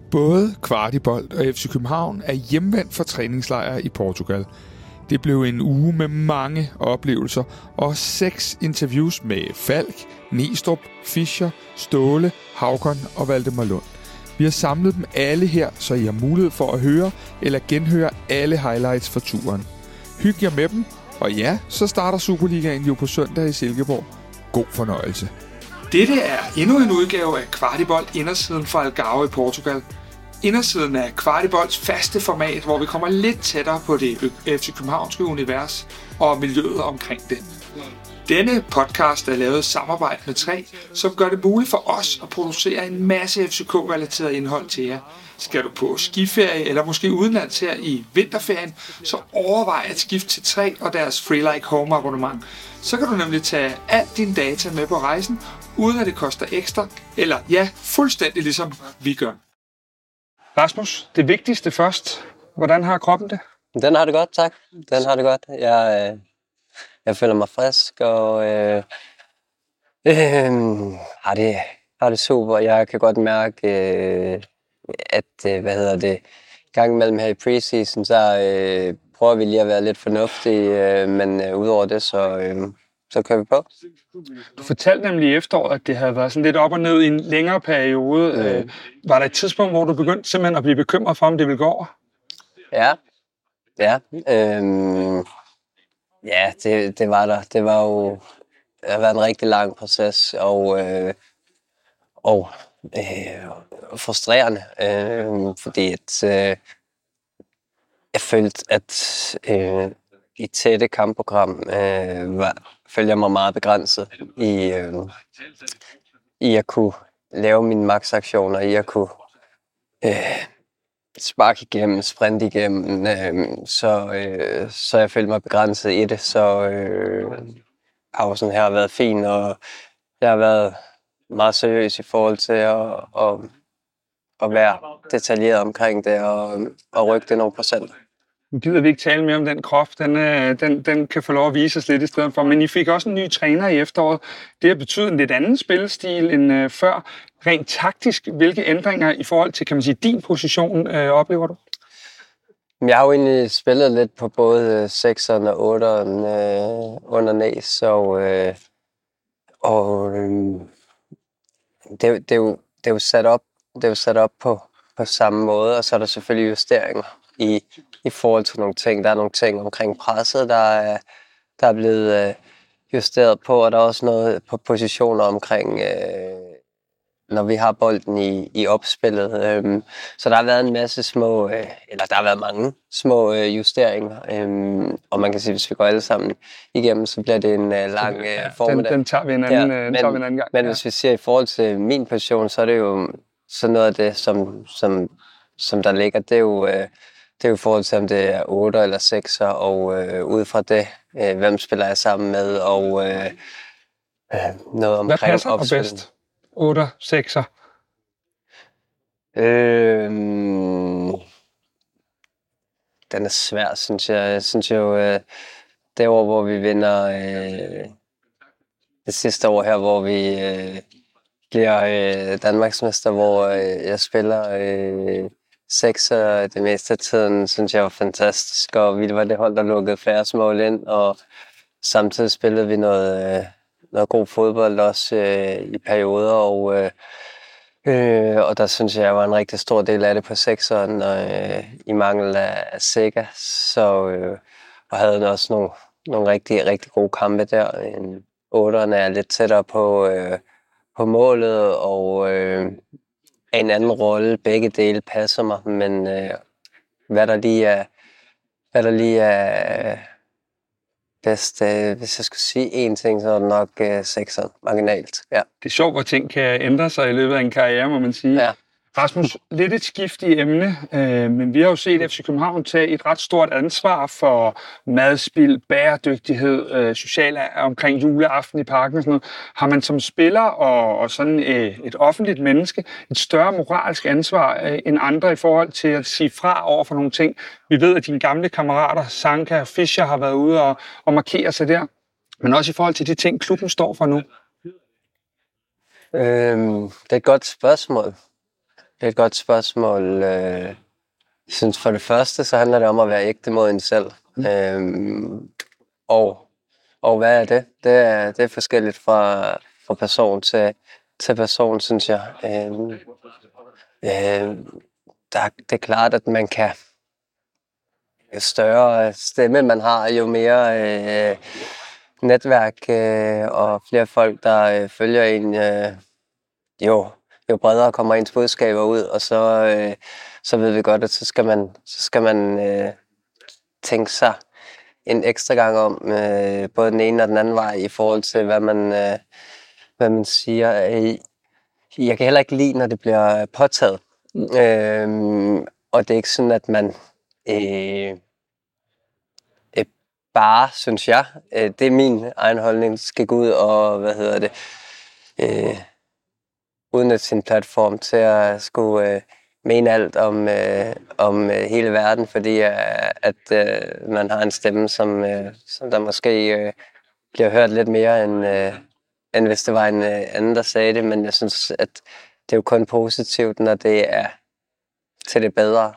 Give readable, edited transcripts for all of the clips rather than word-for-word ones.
Både Kvartibold og FC København er hjemvendt fra træningslejre i Portugal. Det blev en uge med mange oplevelser og 6 interviews med Falk, Nistrup, Fischer, Ståle, Haugon og Valdemar Lund. Vi har samlet dem alle her, så I har mulighed for at høre eller genhøre alle highlights fra turen. Hyg jer med dem, og ja, så starter Superligaen jo på søndag i Silkeborg. God fornøjelse. Dette er endnu en udgave af Kvartibold Indersiden fra Algarve i Portugal. Indersiden er Kvartibolds faste format, hvor vi kommer lidt tættere på det FC Københavnske univers og miljøet omkring det. Denne podcast er lavet i samarbejde med 3, som gør det muligt for os at producere en masse FCK-relateret indhold til jer. Skal du på skiferie eller måske udenlands her i vinterferien, så overvej at skifte til 3 og deres Free Like Home abonnement. Så kan du nemlig tage alt dine data med på rejsen, uden at det koster ekstra, eller ja, fuldstændig ligesom vi gør. Rasmus, det vigtigste først. Hvordan har kroppen det? Den har det godt, tak. Den har det godt. Jeg føler mig frisk og har det super. Jeg kan godt mærke, at gang imellem her i preseason, så prøver vi lige at være lidt fornuftige, men udover det, så kører vi på. Du fortalte nemlig i efteråret, at det havde været sådan lidt op og ned i en længere periode. Var der et tidspunkt, hvor du begyndte simpelthen at blive bekymret for, om det ville gå over? Ja. Det var der. Det har været en rigtig lang proces, og frustrerende, fordi jeg følte, at i tætte kampprogram følte jeg mig meget begrænset i at kunne lave mine max-aktioner, i at kunne sparke igennem, sprinte igennem, så jeg følte mig begrænset i det. Så pausen her har været fin, og jeg har været meget seriøs i forhold til at være detaljeret omkring det og rykke det nogle procent. Nu gider vi ikke tale mere om den krop. Den kan få lov at vise os lidt i stedet for. Men I fik også en ny træner i efteråret. Det har betydet en lidt anden spillestil end før. Rent taktisk, hvilke ændringer i forhold til, kan man sige, din position oplever du? Jeg har jo egentlig spillet lidt på både 6'eren og 8'eren under Næs, det er jo sat op på samme måde, og så er der selvfølgelig justeringer i forhold til nogle ting. Der er nogle ting omkring presset, der er blevet justeret på, og der er også noget på positioner omkring, når vi har bolden i opspillet. Så der har været en masse der har været mange små justeringer, og man kan sige, hvis vi går alle sammen igennem, så bliver det en lang formiddag. Den tager vi en anden gang. Men hvis vi ser i forhold til min position, så er det jo sådan noget af det, som der ligger, det er jo i forhold til, om det er 8 eller 6'er, og ud fra det, hvem spiller jeg sammen med, og noget omkring hvad passer dig bedst? 8'er, 6'er? Den er svær, synes jeg. Jeg synes jo, det år, hvor vi vinder det sidste år her, hvor vi bliver Danmarksmester, hvor jeg spiller 6'er det meste af tiden, synes jeg var fantastisk, og vi var det hold, der lukkede færre mål ind, og samtidig spillede vi noget god fodbold også i perioder, og der synes jeg var en rigtig stor del af det på 6'eren, i mangel af Sega, og havde også nogle rigtig, rigtig gode kampe der. 8'eren er lidt tættere på målet, og en anden rolle. Begge dele passer mig, men hvad der lige er bedst, hvis jeg skulle sige én ting, så er det nok 6'eren, marginalt. Ja. Det er sjovt, hvor ting kan ændre sig i løbet af en karriere, må man sige. Ja. Rasmus, lidt et skift i emne, men vi har jo set FC København tage et ret stort ansvar for madspild, bæredygtighed, socialt omkring juleaften i parken og sådan noget. Har man som spiller og sådan et offentligt menneske et større moralsk ansvar end andre i forhold til at sige fra over for nogle ting? Vi ved, at dine gamle kammerater, Sanka og Fischer, har været ude og markere sig der, men også i forhold til de ting, klubben står for nu. Det er et godt spørgsmål. Det er et godt spørgsmål. Jeg synes for det første, så handler det om at være ægte mod en selv. Og hvad er det? Det er forskelligt fra person til person, synes jeg. Det er klart, at man kan... Jo større stemme man har, jo mere netværk og flere folk, der følger en, jo bredere kommer ens budskaber ud, og så ved vi godt, at så skal man tænke sig en ekstra gang om, både den ene og den anden vej, i forhold til, hvad man siger. Jeg kan heller ikke lide, når det bliver påtaget. Og det er ikke sådan, at man bare, synes jeg, det er min egen holdning, skal gå ud og, udnytte sin platform til at skulle mene alt om hele verden, fordi at man har en stemme, som der måske bliver hørt lidt mere, end hvis det var en anden, der sagde det. Men jeg synes, at det er jo kun positivt, når det er til det bedre.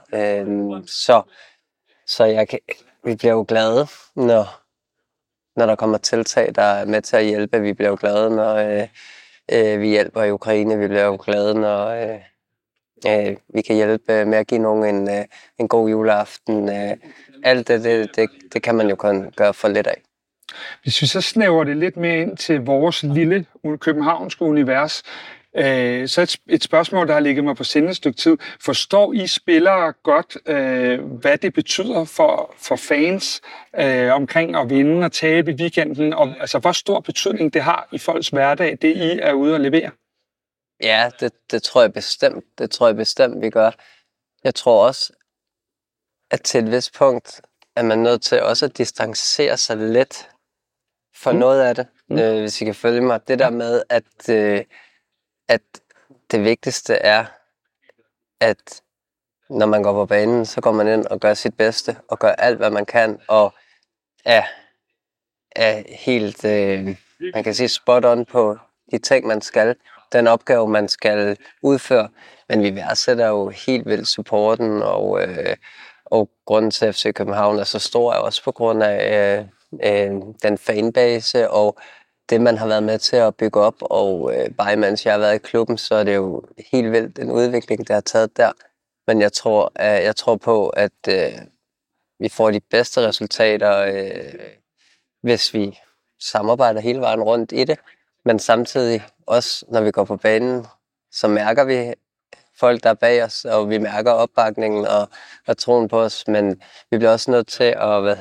Så vi bliver jo glade, når der kommer tiltag, der er med til at hjælpe. Vi bliver jo glade, når vi hjælper i Ukraine. Vi bliver jo glade, når vi kan hjælpe med at give nogen en god juleaften. Alt det kan man jo kun gøre for lidt af. Hvis vi så snæver det lidt mere ind til vores lille københavnske univers, så et spørgsmål, der har ligget mig på sinde et stykke tid. Forstår I spillere godt, hvad det betyder for fans omkring at vinde og tabe i weekenden? Og, altså, hvor stor betydning det har i folks hverdag, det I er ude og levere? Ja, det tror jeg bestemt. Det tror jeg bestemt, vi gør. Jeg tror også, at til et vist punkt er man nødt til også at distancere sig lidt for noget af det, hvis I kan følge mig. Det der med, at det vigtigste er, at når man går på banen, så går man ind og gør sit bedste, og gør alt, hvad man kan, og er helt, man kan sige, spot on på de ting, man skal, den opgave, man skal udføre. Men vi værdsætter jo helt vildt supporten, og grunden til, at FC København er så stor, er også på grund af den fanbase, og det, man har været med til at bygge op, og bare imens jeg har været i klubben, så er det jo helt vildt en udvikling, der er taget der. Men jeg tror på, at vi får de bedste resultater, hvis vi samarbejder hele vejen rundt i det. Men samtidig også, når vi går på banen, så mærker vi folk, der er bag os, og vi mærker opbakningen og troen på os. Men vi bliver også nødt til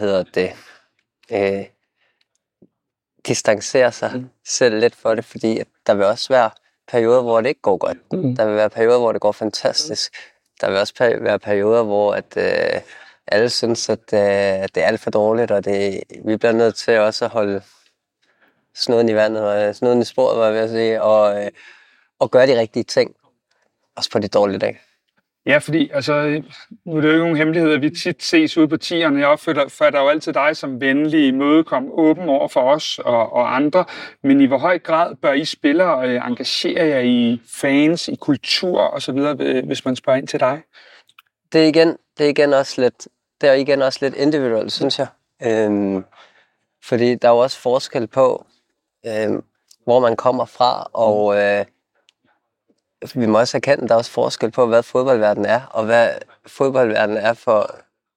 at, distancere sig selv lidt for det, fordi at der vil også være perioder, hvor det ikke går godt. Der vil være perioder, hvor det går fantastisk. Der vil også være perioder, hvor at, alle synes, at det er alt for dårligt, og vi bliver nødt til også at holde snuden i vandet, og snuden i sporet, var jeg ved at sige, og gøre de rigtige ting, også på de dårlige dage. Ja, fordi altså, nu er det jo ikke nogen hemmelighed, at vi tit ses ude på tierne. Jeg opfatter jo altid dig som venlig, imødekom, åben over for os og andre. Men i hvor høj grad bør I spillere engagere jer i fans, i kultur osv., hvis man spørger ind til dig? Det er igen også lidt individuelt, synes jeg. Fordi der er jo også forskel på, hvor man kommer fra, og vi må også erkende, at der er også forskel på, hvad fodboldverdenen er, og hvad fodboldverdenen er for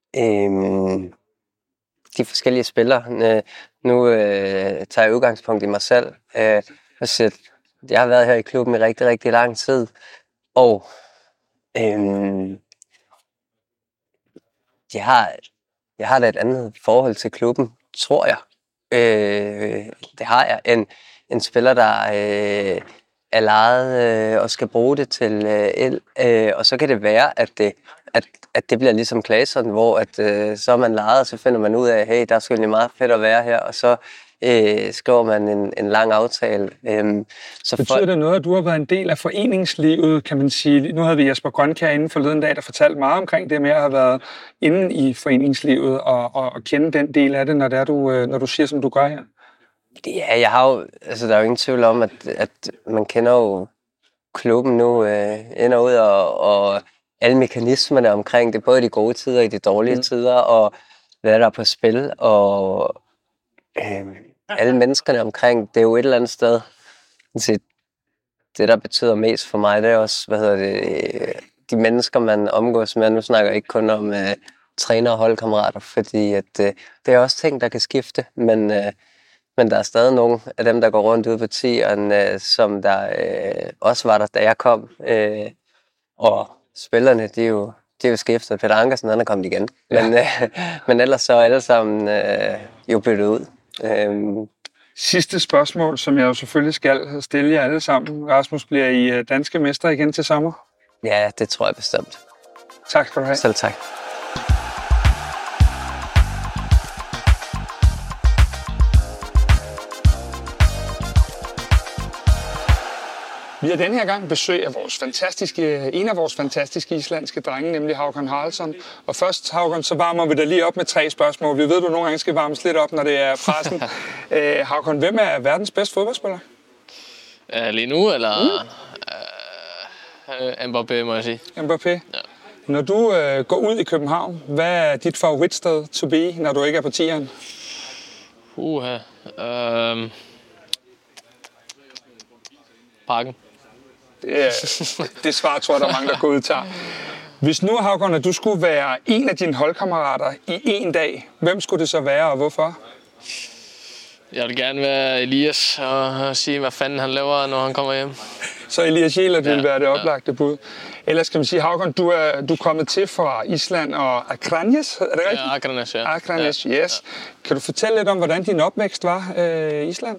de forskellige spillere. Nu tager jeg udgangspunkt i mig selv. Jeg har været her i klubben i rigtig, rigtig lang tid, og jeg har da et andet forhold til klubben, tror jeg. Det har jeg. En spiller, der er lejet og skal bruge det til el. Og så kan det være, at det bliver ligesom Claesson, hvor så er man lejet, og så finder man ud af, hey, der er sgu meget fedt at være her, og så skriver man en lang aftale. Betyder det noget, at du har været en del af foreningslivet, kan man sige? Nu havde vi Jesper Grønkjær inden forleden dag, der fortalte meget omkring det med at have været inde i foreningslivet og kende den del af det, når du siger, som du gør her. Ja, der er jo ingen tvivl om, at man kender jo klubben nu ind og ud, og alle mekanismerne omkring det, både de gode tider og de dårlige tider, og hvad der er på spil, og alle menneskerne omkring, det er jo et eller andet sted. Det, der betyder mest for mig, det er også, de mennesker, man omgås med. Nu snakker jeg ikke kun om træner og holdkammerater, fordi at, det er også ting, der kan skifte, men der er stadig nogle af dem, der går rundt ude på tieren, som der også var der, da jeg kom. Og spillerne, de er jo skiftet. Peter Ankersen, han er kommet igen. Ja. Men ellers så er alle sammen jo byttet ud. Sidste spørgsmål, som jeg jo selvfølgelig skal stille jer alle sammen. Rasmus, bliver I danske mestre igen til sommer? Ja, det tror jeg bestemt. Tak skal du have. Selv tak. Vi har denne her gang besøg af en af vores fantastiske islandske drenge, nemlig Hákon Haraldsson. Og først, Hákon, så varmer vi dig lige op med 3 spørgsmål. Vi ved, du nogle gange skal varmes lidt op, når det er pressen. Hákon, hvem er verdens bedste fodboldspiller? Lige nu, eller Mbappé, må jeg sige. Mbappé? Ja. Når du går ud i København, hvad er dit favoritsted to be, når du ikke er på tieren? Parken. Det svar tror jeg, der er mange, der går ud og tager. Hvis nu, Hákon, at du skulle være en af dine holdkammerater i en dag, hvem skulle det så være, og hvorfor? Jeg vil gerne være Elias og sige, hvad fanden han laver, når han kommer hjem. Så Elias Jæler vil være det oplagte bud. Ellers skal man sige, Hákon, du er kommet til fra Island og Akranes, er det rigtigt? Ja, Akranes, ja. Akranes, yes. Ja. Kan du fortælle lidt om, hvordan din opvækst var i Island?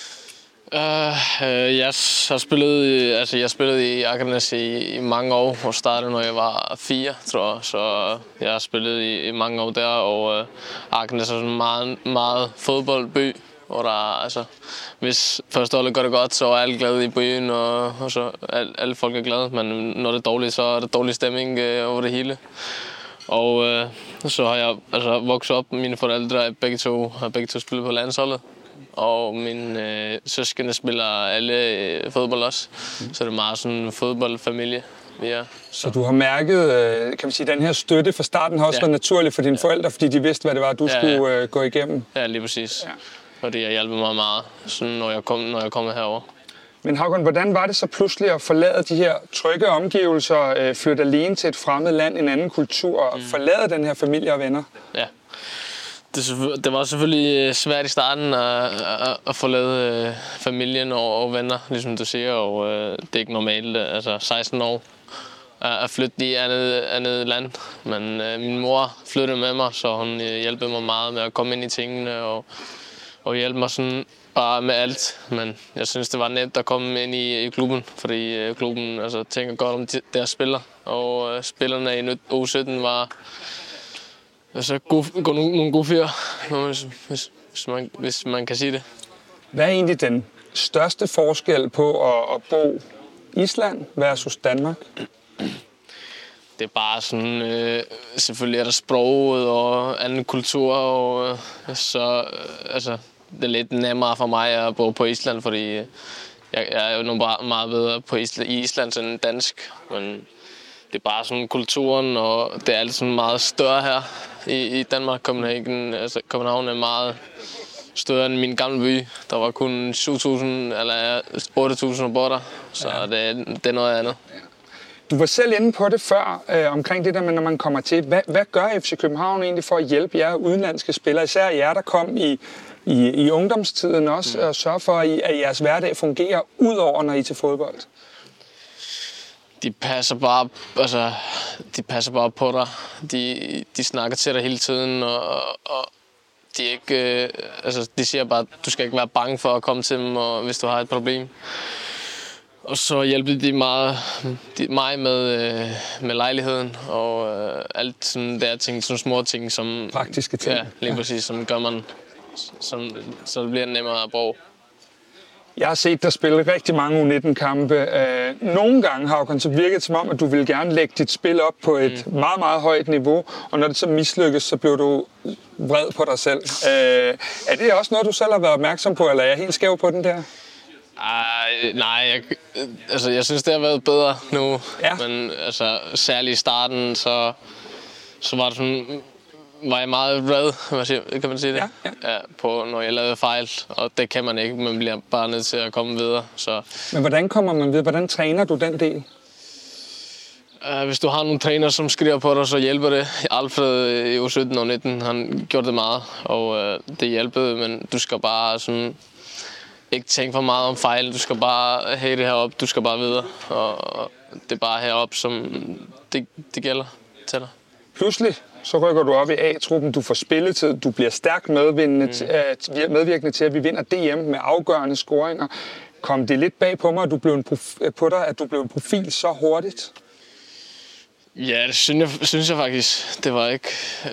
Jeg spillede i Akranes i mange år, og startede, når jeg var 4, tror jeg. Så jeg har spillet i mange år der, og Akranes er sådan en meget, meget fodboldby, hvor der hvis første holdet gør det godt, så er alle glade i byen, og så alle folk er glade. Men når det er dårligt, så er der dårlig stemning over det hele. Og så har jeg vokset op, mine forældre har begge to spillet på landsholdet. Og mine søskende spiller alle fodbold også, så det er meget sådan en fodboldfamilie. Ja. Så du har mærket, kan man sige, den her støtte fra starten har også været naturlig for dine forældre, fordi de vidste, hvad det var, du skulle gå igennem? Ja, lige præcis. Ja. Og det har hjulpet mig meget, sådan, når jeg kom herover. Men Hákon, hvordan var det så pludselig at forlade de her trygge omgivelser, flytte alene til et fremmed land, en anden kultur, og forlade den her familie og venner? Ja. Det var selvfølgelig svært i starten at forlade familien og venner, ligesom du siger, og det er ikke normalt, 16 år at flytte i andet land. Men min mor flyttede med mig, så hun hjalp mig meget med at komme ind i tingene og hjælpe mig sådan bare med alt. Men jeg synes, det var nemt at komme ind i klubben, fordi klubben tænker godt om deres spillere, og spillerne i U17 var nogle gode fyre, hvis man kan sige det. Hvad er egentlig den største forskel på at bo i Island versus Danmark? Det er bare sådan, selvfølgelig er der sproget og anden kultur, og så det er lidt nemmere for mig at bo på Island, fordi jeg er jo meget bedre i Island end dansk, men det er bare sådan kulturen, og det er alt sådan meget større her i Danmark. København er meget større end min gamle by. Der var kun 7.000 eller 8.000 border, så det er noget andet. Du var selv inde på det før, omkring det der med, når man kommer til. Hvad gør FC København egentlig for at hjælpe jer udenlandske spillere, især jer, der kom i ungdomstiden også, og sørge for, at jeres hverdag fungerer, udover når I er til fodbold? De passer bare på dig. De snakker til dig hele tiden, og de ikke, de siger bare, at du skal ikke være bange for at komme til dem, og hvis du har et problem. Og så hjælper de mig med lejligheden og alt sådan der ting, sådan små ting, som praktiske ting. Ja, lige præcis, som gør man, så det bliver nemmere at bruge. Jeg har set dig spille rigtig mange U19-kampe. Nogle gange, Hákon, så virker det som om, at du vil gerne lægge dit spil op på et meget, meget højt niveau, og når det så mislykkes, så bliver du vred på dig selv. Er det også noget, du selv har været opmærksom på, eller er jeg helt skæv på den der? Nej, jeg synes, det har været bedre nu. Ja. Men altså, særligt i starten, så var det sådan, var jeg meget vred, kan man sige det? Ja, på når jeg lavede fejl, og det kan man ikke. Man bliver bare nødt til at komme videre. Så. Men hvordan kommer man videre? Hvordan træner du den del? Hvis du har nogle træner, som skriver på dig, så hjælper det. Alfred i U17 og 19, han gjorde det meget, og det hjælpede, men du skal bare sådan ikke tænke for meget om fejl. Du skal bare have det herop, du skal bare videre, og det er bare herop, som det gælder til dig. Pludselig så rykker du op i A-truppen, du får spilletid, du bliver stærkt medvirkende til, at vi vinder DM med afgørende scoringer. Kom det lidt bag på mig, at du blev en profil så hurtigt? Ja, det synes jeg faktisk. Det var ikke...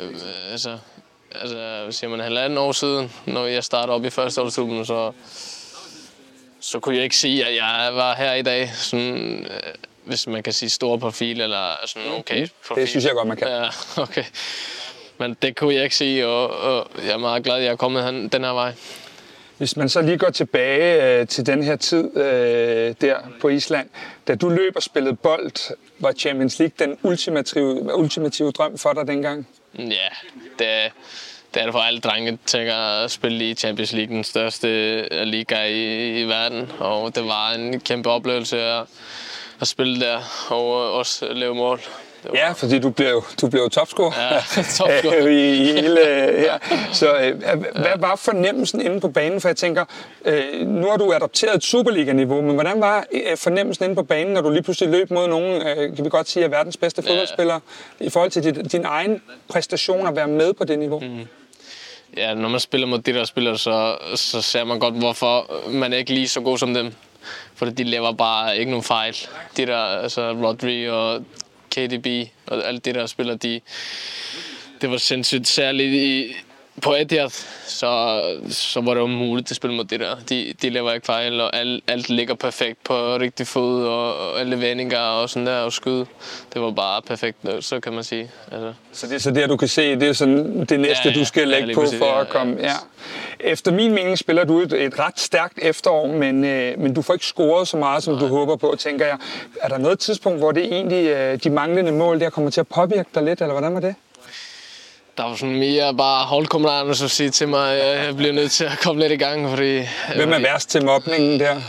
siger man 1,5 år siden, når jeg startede op i førsteårstruppen, så kunne jeg ikke sige, at jeg var her i dag. Sådan, hvis man kan sige stor profil, eller sådan okay profil. Det synes jeg godt, man kan. Ja, okay. Men det kunne jeg ikke sige, og jeg er meget glad, at jeg er kommet den her vej. Hvis man så lige går tilbage til den her tid der på Island, da du løb og spillede bold, var Champions League den ultimative drøm for dig dengang? Ja, det er det for alle drenge, tænker at spille i Champions League, den største liga i verden. Og det var en kæmpe oplevelse at spille der og også lave mål. Ja, fordi du blev topscorer. Ja, topscorer. i hele her. Så hvad var fornemmelsen inde på banen? For jeg tænker, nu har du adopteret et Superliga-niveau, men hvordan var fornemmelsen inde på banen, når du lige pludselig løb mod nogen, kan vi godt sige, er verdens bedste fodboldspillere, i forhold til din egen præstation at være med på det niveau? Mm. Ja, når man spiller mod de der spillere, så ser man godt, hvorfor man er ikke lige så god som dem. Fordi de laver bare ikke nogen fejl. De der, altså Rodri og KDB og alle de der spillere, det var sindssygt særligt på Etihad, så var det jo muligt at spille mod det der. De laver ikke fejl, og alt ligger perfekt på rigtig fod, og alle vendinger og sådan der, og skud. Det var bare perfekt, så kan man sige. Altså. Så det er så der, du kan se, det er sådan det næste, du skal lægge på for at komme. Ja. Efter min mening spiller du et ret stærkt efterår, men du får ikke scoret så meget, som du håber på, tænker jeg. Er der noget tidspunkt, hvor det egentlig de manglende mål der kommer til at påvirke dig lidt, eller hvordan var det? Der var sådan mere bare holdkammeraterne, som siger til mig, at jeg bliver nødt til at komme lidt i gang. Hvem er værst til mobningen der?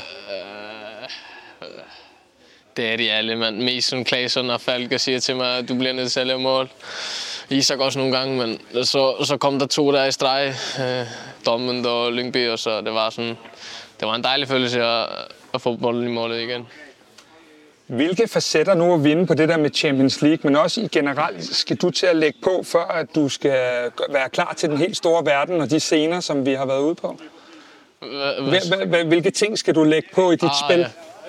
Det er de alle, man. Mest sådan Claesson og Falk siger til mig, at du bliver nødt til at lave mål. Isak også nogle gange, men så kom der 2 der i streg. Dortmund og Lyngby, og så det var en dejlig følelse at få bolden i målet igen. Hvilke facetter nu at vinde på det der med Champions League, men også i generelt skal du til at lægge på, før at du skal være klar til den helt store verden og de scener, som vi har været ude på? Hvilke ting skal du lægge på i dit spil?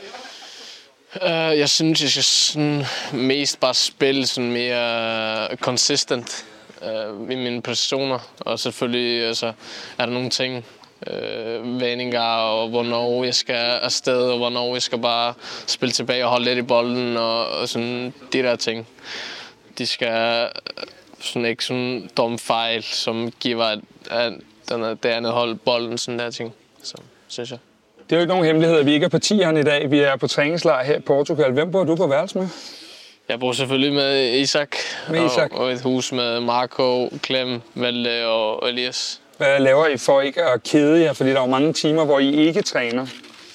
Jeg synes, jeg skal sådan mest bare spille sådan mere consistent i mine præstationer. Og selvfølgelig altså, er der nogle ting, vendinger og hvornår jeg skal afsted, og hvornår jeg skal bare spille tilbage og holde lidt i bolden og sådan de der ting. De skal sådan ikke sådan dumme fejl, som giver det andet hold bolden, sådan der ting, så synes jeg. Det er jo ikke nogen hemmelighed, at vi ikke er på 10'eren i dag. Vi er på træningslejr her i Portugal. Hvem bor du på værelse med? Jeg bor selvfølgelig med Isak. Og et hus med Marco, Clem, Valde og Elias. Hvad laver I for ikke at kede jer? Fordi der er jo mange timer, hvor I ikke træner.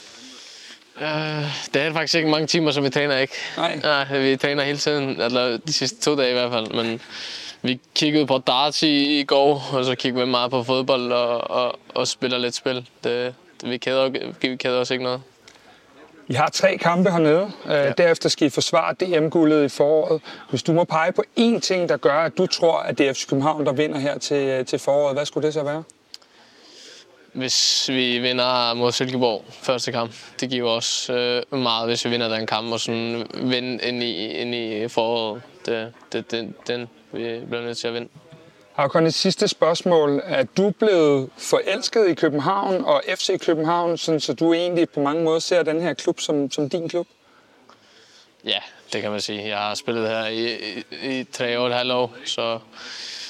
Det er faktisk ikke mange timer, som vi træner ikke. Nej, vi træner hele tiden, eller de sidste 2 dage i hvert fald. Men vi kiggede på darts i går, og så kiggede vi meget på fodbold og spiller lidt spil. Vi keder os ikke noget. I har 3 kampe hernede. Ja. Derefter skal I forsvare DM-guldet i foråret. Hvis du må pege på én ting, der gør, at du tror, at det er FC København, der vinder her til foråret, hvad skulle det så være? Hvis vi vinder mod Silkeborg første kamp, det giver os meget, hvis vi vinder den kamp og sådan vinde ind i foråret. Den vi bliver nødt til at vinde. Håkon, et sidste spørgsmål. Er du blevet forelsket i København og FC København, så du egentlig på mange måder ser den her klub som din klub? Ja, det kan man sige. Jeg har spillet her i 3,5 år, så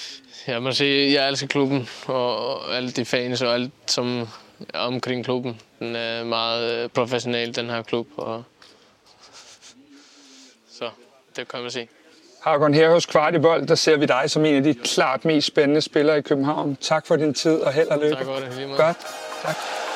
jeg må sige, jeg elsker klubben og alle de fans og alt som er omkring klubben. Den er meget professionel, den her klub. Og så det kan man sige. Hakon, her hos Kvartibold, der ser vi dig som en af de klart mest spændende spillere i København. Tak for din tid, og held og lykke. Tak for det, lige meget. Godt. Tak.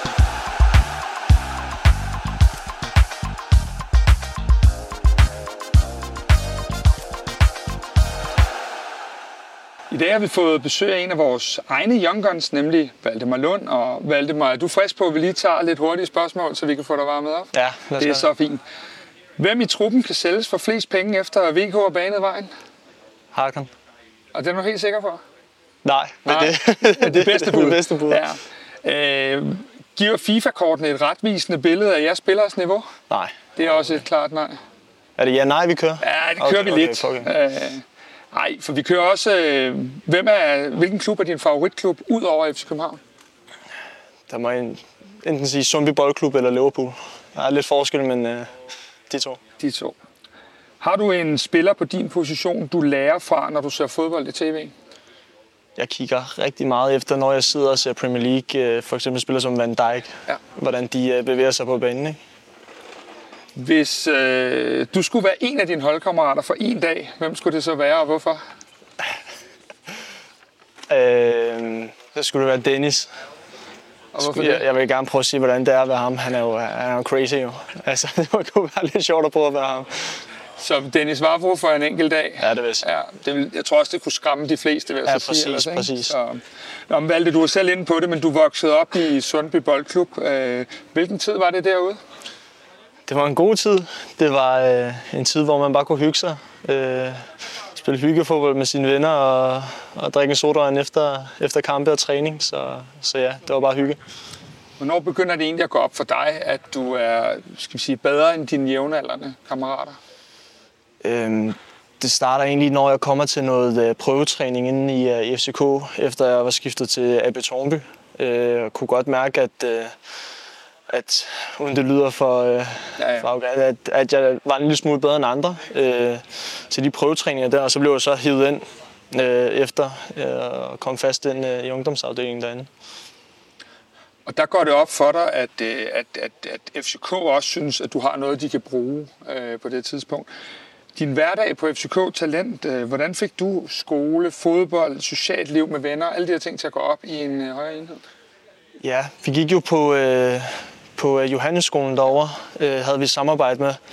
I dag har vi fået besøg af en af vores egne Young Guns, nemlig Valdemar Lund. Og Valdemar, er du frisk på, at vi lige tager lidt hurtige spørgsmål, så vi kan få dig varmet op? Ja, det er så fint. Hvem i truppen kan sælges for flest penge efter VK og banet vejen? Hakon. Og det er du helt sikker på? Nej, men det bedste bud. Det bedste bud. Ja. Giver FIFA-kortene et retvisende billede af jeres spilleres niveau? Nej. Det er også et klart nej. Er det ja-nej, vi kører? Ja, det kører vi lidt. Okay. Nej, for vi kører også... hvilken klub er din favoritklub, ud over FC København? Der må jeg enten sige Sundby Boldklub eller Liverpool. Der er lidt forskel, men de to. De to. Har du en spiller på din position, du lærer fra, når du ser fodbold i tv? Jeg kigger rigtig meget efter, når jeg sidder og ser Premier League. For eksempel spillere som Van Dijk. Ja. Hvordan de bevæger sig på banen, ikke? Hvis du skulle være en af dine holdkammerater for en dag, hvem skulle det så være, og hvorfor? Så skulle det være Dennis. Og hvorfor det? Jeg vil gerne prøve at sige, hvordan det er at være ham. Han er jo crazy jo. Altså, det kunne være lidt sjovt at prøve at være ham. Så Dennis Vavro for en enkelt dag? Ja, det vil jeg. Ja, jeg tror også, det kunne skræmme de fleste, vil jeg sige. Ellers, præcis. Så, Valde, du var selv inde på det, men du voksede op i Sundby Boldklub. Hvilken tid var det derude? Det var en god tid. Det var en tid, hvor man bare kunne hygge sig. Spille hyggefodbold med sine venner og drikke en sodavand efter kampe og træning. Så ja, det var bare hygge. Hvornår begynder det egentlig at gå op for dig, at du er bedre end dine jævnaldrende kammerater? Det starter egentlig, når jeg kommer til noget prøvetræning inde i FCK, efter jeg var skiftet til AB Tårnby. Jeg kunne godt mærke, at uden det lyder for at jeg var en lille smule bedre end andre til de prøvetræninger der, og så blev jeg så hivet ind efter og kom fast ind i ungdomsafdelingen derinde. Og der går det op for dig, at FCK også synes, at du har noget, de kan bruge på det tidspunkt. Din hverdag på FCK Talent, hvordan fik du skole, fodbold, socialt liv med venner, alle de her ting til at gå op i en højere enhed? Ja, vi gik jo på Johannesskolen derovre, havde vi samarbejde med.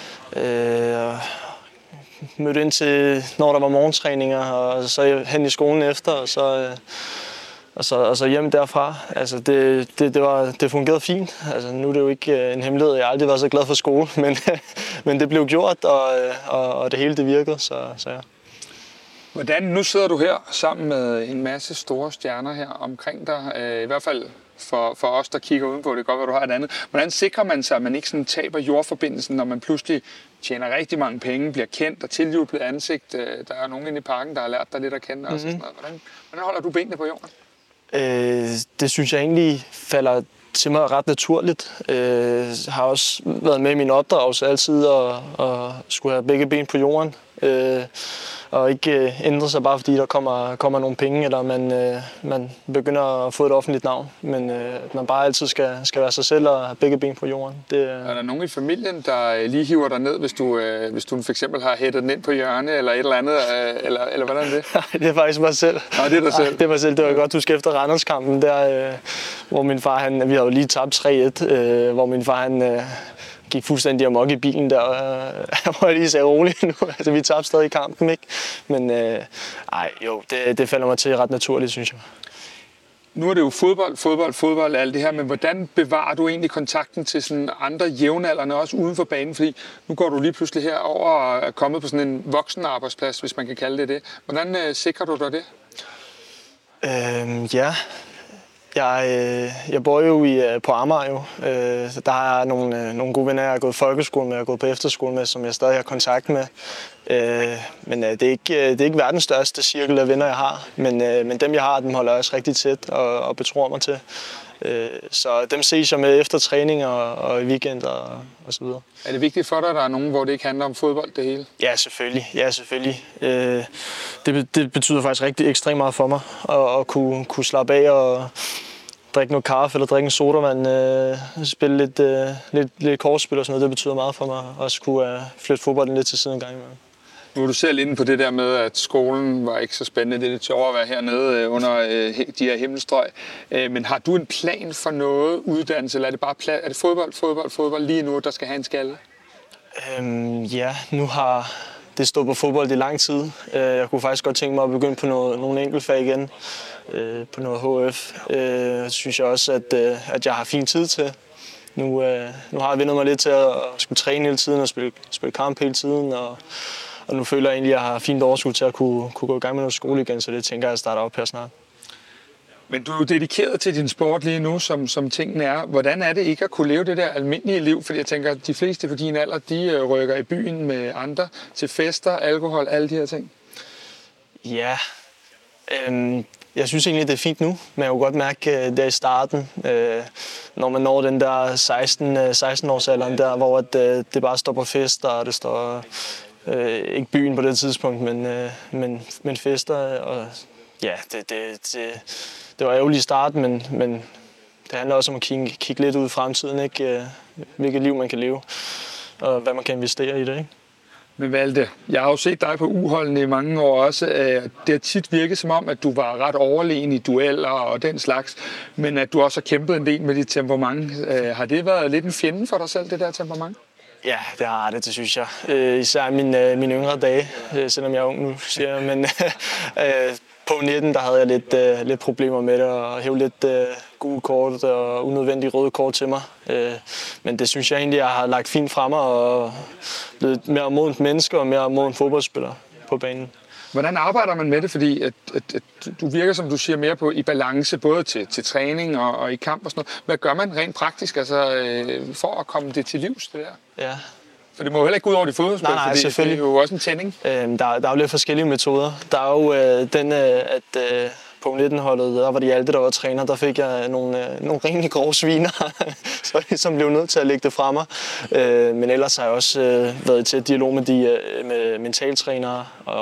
Mødte ind til, når der var morgentræninger, og så hen i skolen efter, og så hjem derfra. Altså det fungerede fint. Altså nu er det jo ikke en hemmelighed, jeg har aldrig været så glad for skole, men det blev gjort, og det hele det virkede, så ja. Hvordan, nu sidder du her sammen med en masse store stjerner her omkring dig, i hvert fald for os, der kigger udenpå, det kan godt være, du har et andet. Hvordan sikrer man sig, at man ikke sådan taber jordforbindelsen, når man pludselig tjener rigtig mange penge, bliver kendt og tiljublet ansigt? Der er nogen inde i parken, der har lært dig lidt at kende. Og sådan noget. Hvordan holder du benene på jorden? Det synes jeg egentlig falder til mig ret naturligt. Jeg har også været med i min opdragelse altid og skulle have begge ben på jorden. Og ikke ændre sig bare fordi der kommer nogle penge, eller man begynder at få et offentligt navn. Men at man bare altid skal være sig selv og have begge ben på jorden. Er der nogen i familien, der lige hiver dig ned, hvis du for eksempel har hættet den ind på hjørne, eller et eller andet, eller hvordan er det? Nej, det er faktisk mig selv. Nej, det er dig selv? Det er mig selv. Det var godt huske efter Randerskampen, der, hvor min far, vi havde jo lige tabt 3-1, hvor min far, gik fuldstændig amok i bilen der, hvor jeg lige sagde roligt nu. Altså, vi tabte stadig i kampen, ikke? Men det falder mig til ret naturligt, synes jeg. Nu er det jo fodbold, alt det her, men hvordan bevarer du egentlig kontakten til sådan andre jævnaldrende, også uden for banen? Fordi nu går du lige pludselig herover og er kommet på sådan en voksenarbejdsplads, hvis man kan kalde det. Hvordan sikrer du dig det? Jeg bor jo på Amager jo. Der har jeg nogle gode venner, jeg har gået i folkeskole med, jeg har gået på efterskole med, som jeg stadig har kontakt med. Men det er ikke verdens største cirkel af venner, jeg har. Men dem, jeg har, dem holder jeg også rigtig tæt og betror mig til. Så dem ses jeg med efter træning og i weekender og så videre. Er det vigtigt for dig, at der er nogen, hvor det ikke handler om fodbold det hele? Ja, selvfølgelig. Det betyder faktisk rigtig ekstremt meget for mig at kunne slappe af og drikke noget kaffe eller drikke en sodavand, spille lidt kortspil og sådan noget, det betyder meget for mig. Også kunne flytte fodbolden lidt til siden en gang imellem. Nu er du selv inde på det der med, at skolen var ikke så spændende. Det er lidt sjovere at være hernede under de her himmelstrøg. Men har du en plan for noget uddannelse, eller er det bare er det fodbold lige nu, der skal have en skalle? Ja, nu har det stået på fodbold i lang tid. Jeg kunne faktisk godt tænke mig at begynde på nogle enkeltfag igen. På noget HF. Det synes jeg også, at jeg har fin tid til. Nu har jeg vendt mig lidt til at skulle træne hele tiden og spille kamp hele tiden. Og nu føler jeg egentlig, at jeg har fint overskud til at kunne gå i gang med noget skole igen, så det tænker jeg at starte op her snart. Men du er jo dedikeret til din sport lige nu, som tingene er. Hvordan er det ikke at kunne leve det der almindelige liv? Fordi jeg tænker, at de fleste på din alder, de rykker i byen med andre til fester, alkohol, alle de her ting. Ja, jeg synes egentlig, det er fint nu, men jeg kunne godt mærke der i starten, når man når den der 16-årsalderen der, hvor det bare står på fester, og det står ikke byen på det tidspunkt, men fester. Og ja, det var ærgerligt i starten, men det handler også om at kigge lidt ud i fremtiden, ikke? Hvilket liv man kan leve, og hvad man kan investere i det, ikke? Men Valde, jeg har jo set dig på U-holdene i mange år også. Det har tit virket som om, at du var ret overlegen i dueller og den slags, men at du også har kæmpet en del med dit temperament. Har det været lidt en fjende for dig selv, det der temperament? Ja, det har det synes jeg. Især mine yngre dage, selvom jeg er ung nu, siger jeg. Men på 19, der havde jeg lidt problemer med det, og hævde lidt gule kort og unødvendige røde kort til mig. Men det synes jeg egentlig, jeg har lagt fint frem og blevet mere modent menneske og mere modent fodboldspiller på banen. Hvordan arbejder man med det? Fordi at du virker, som du siger, mere på i balance, både til træning og i kamp og sådan noget. Hvad gør man rent praktisk for at komme det til livs, det der? Ja. For det må jo heller ikke gå ud over dit fodboldspil, nej, fordi det er jo også en tænding. Der er jo lidt forskellige metoder. Der er jo at på 19-holdet, der var de Alte, der var træner, der fik jeg nogle rimelig grove sviner, så jeg ligesom blev nødt til at lægge det fra mig. Men ellers har jeg også været til dialog med mentaltrænere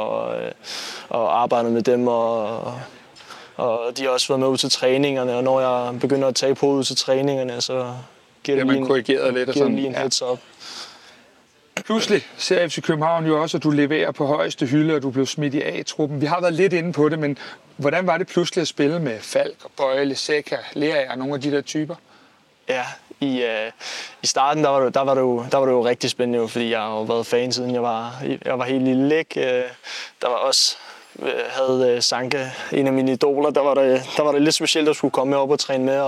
og arbejdet med dem, og de har også været med ud til træningerne, og når jeg begynder at tage på ud til træningerne, så giver det lige en heads up. Pludselig ser FC København jo også, at du leverer på højeste hylde, og du blev smidt i A-truppen. Vi har været lidt inde på det, men hvordan var det pludselig at spille med Falk og Bøjle, Seca, Lerager og nogle af de der typer? Ja, i starten der var det jo rigtig spændende, fordi jeg har jo været fan siden jeg var helt lille. Der var også havde Sanke, en af mine idoler, der var det lidt specielt at skulle komme op og træne med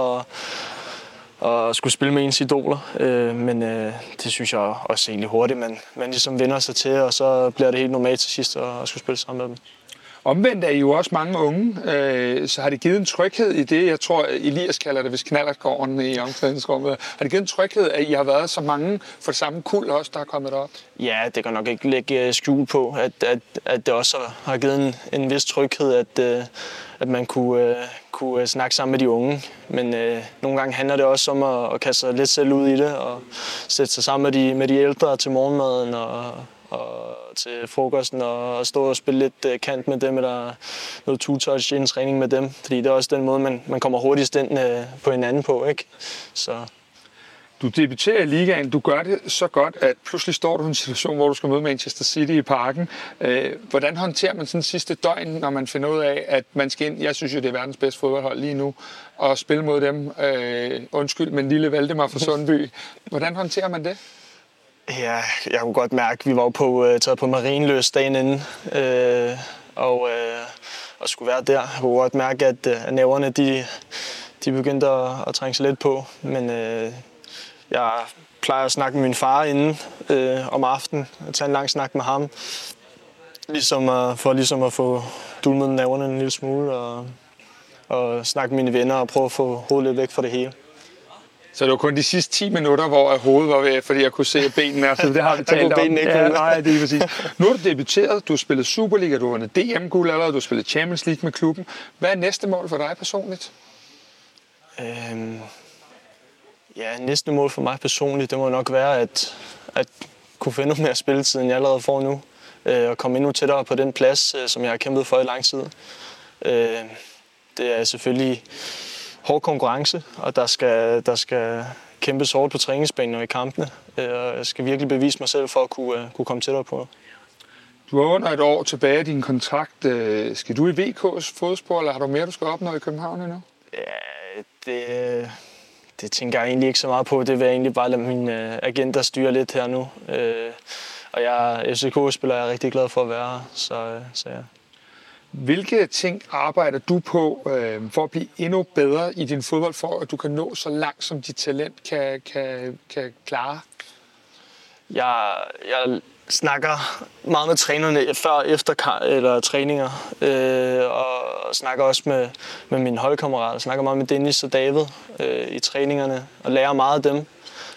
og skulle spille med ens idoler. Men det synes jeg også egentlig hurtigt, man ligesom vender sig til, og så bliver det helt normalt til sidst at skulle spille sammen med dem. Omvendt er I jo også mange unge, så har det givet en tryghed i det, jeg tror Elias kalder det, hvis knallertgården i omklædningsrummet. Har det givet en tryghed, at I har været så mange for det samme kuld også, der er kommet derop? Ja, det kan nok ikke lægge skjul på, at det også har givet en vis tryghed, at man kunne snakke sammen med de unge. Men nogle gange handler det også om at kaste sig lidt selv ud i det, og sætte sig sammen med de ældre til morgenmaden og til frokosten og stå og spille lidt kant med dem, eller noget two-touch i en træning med dem. Fordi det er også den måde, man kommer hurtigst ind på hinanden på, ikke? Så. Du debuterer i ligaen, du gør det så godt, at pludselig står du i en situation, hvor du skal møde Manchester City i Parken. Hvordan håndterer man sådan sidste døgn, når man finder ud af, at man skal ind, jeg synes jo, det er verdens bedste fodboldhold lige nu, og spille mod dem, undskyld, men lille Valdemar fra Sundby. Hvordan håndterer man det? Ja, jeg kunne godt mærke, at vi var taget på Marienløs dagen inden, og skulle være der. Jeg kunne godt mærke, at næverne de begyndte at trænge sig lidt på, men jeg plejer at snakke med min far inden om aftenen, og tage en lang snak med ham, for at få dulmet næverne en lille smule, og snakke med mine venner og prøve at få hovedet lidt væk fra det hele. Så det var kun de sidste 10 minutter, hvor hovedet var ved, fordi jeg kunne se benene, så det har vi talt om. Ja, nej, det er præcis. Nu har du debuteret, du har spillet Superliga, du har vundet DM-guld allerede, du har spillet Champions League med klubben. Hvad er næste mål for dig personligt? Næste mål for mig personligt, det må nok være at kunne finde noget mere spilletid, end jeg allerede får nu. Og komme endnu tættere på den plads, som jeg har kæmpet for i lang tid. Det er selvfølgelig hård konkurrence, og der skal kæmpes hårdt på træningsbanen og i kampene. Og jeg skal virkelig bevise mig selv for at kunne komme tættere på. Du har under et år tilbage af din kontrakt. Skal du i VK's fodspor, eller har du mere, du skal opnå i København endnu? Ja, det tænker jeg egentlig ikke så meget på. Det vil jeg egentlig bare lade min agenter styre lidt her nu. Og FCK-spiller er jeg rigtig glad for at være her, så ja. Hvilke ting arbejder du på for at blive endnu bedre i din fodbold, for at du kan nå så langt, som dit talent kan klare? Jeg snakker meget med trænerne før og efter eller træninger, og snakker også med mine holdkammerater. Snakker meget med Dennis og David i træningerne og lærer meget af dem.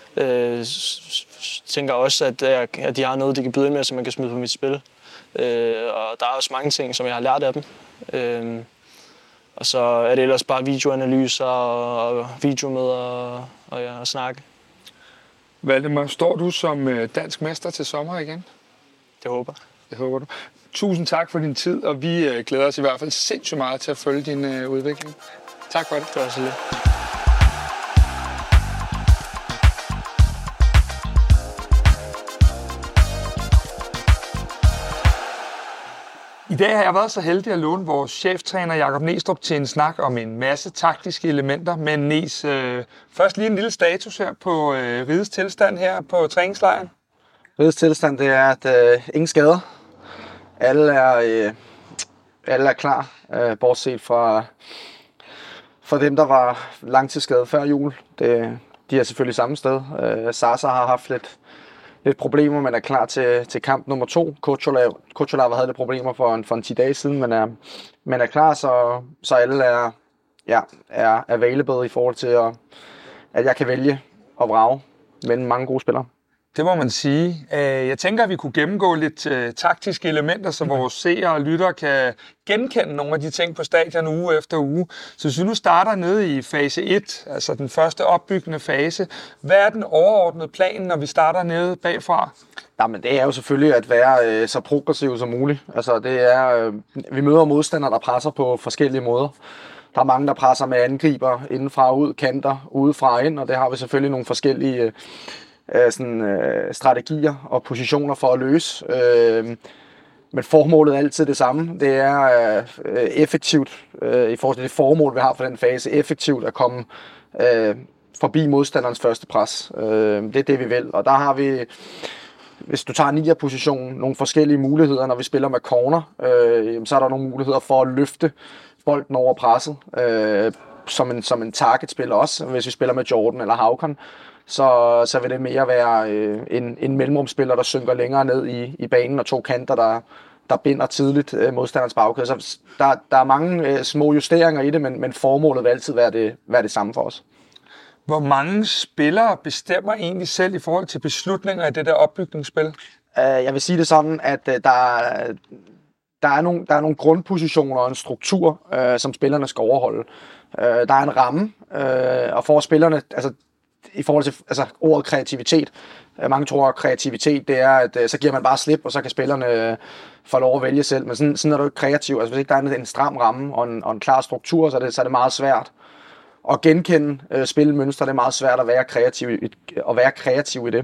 Tænker også, at de har noget, de kan byde ind med, som man kan smide på mit spil. Og der er også mange ting, som jeg har lært af dem. Og så er det ellers bare videoanalyser og videomøder og snakke. Valdemar, står du som dansk mester til sommer igen? Det håber jeg. Det håber du. Tusind tak for din tid, og vi glæder os i hvert fald sindssygt meget til at følge din udvikling. Tak for det. Det var så lidt. I dag har jeg været så heldig at låne vores cheftræner Jakob Næstrup til en snak om en masse taktiske elementer. Men Nes, først lige en lille status her på Rides tilstand her på træningslejren. Rides tilstand, det er, at ingen skader. Alle er klar, bortset fra dem, der var langtidsskadet før jul. De er selvfølgelig samme sted. Sasa har haft lidt problemer, men er klar til kamp nummer 2. Kutsulava havde lidt problemer for en 10 dage siden, men er klar, så alle er available i forhold til, at jeg kan vælge og vrage mellem mange gode spillere. Det må man sige. Jeg tænker, at vi kunne gennemgå lidt taktiske elementer, så vores seere og lyttere kan genkende nogle af de ting på stadion uge efter uge. Så hvis vi nu starter nede i fase 1, altså den første opbyggende fase, hvad er den overordnede plan, når vi starter nede bagfra? Jamen, det er jo selvfølgelig at være så progressiv som muligt. Altså, det er, vi møder modstandere, der presser på forskellige måder. Der er mange, der presser med angriber indenfra og ud, kanter udefra og ind, og det har vi selvfølgelig nogle forskellige strategier og positioner for at løse. Men formålet er altid det samme. Det er effektivt, i forhold til det formål, vi har for den fase, effektivt at komme forbi modstanderens første pres. Det er det, vi vil. Og der har vi, hvis du tager 9'er-positionen, nogle forskellige muligheder. Når vi spiller med corner, så er der nogle muligheder for at løfte bolden over presset, som en targetspiller også. Hvis vi spiller med Jordan eller Haukan, så vil det mere være en mellemrumspiller, der synker længere ned i banen, og 2 kanter, der binder tidligt modstanderens bagkæde. Så der er mange små justeringer i det, men formålet vil altid være det samme for os. Hvor mange spillere bestemmer egentlig selv i forhold til beslutninger i det der opbygningsspil? Jeg vil sige det sådan, at der er nogle grundpositioner og en struktur, som spillerne skal overholde. Der er en ramme, og for spillerne, altså i forhold til ordet kreativitet. Mange tror, at kreativitet det er, at så giver man bare slip, og så kan spillerne få lov at vælge selv. Men sådan er du ikke kreativ. Altså hvis ikke der er en stram ramme og en klar struktur, så er det meget svært at genkende spilmønstre. Det er meget svært at være kreativ i det.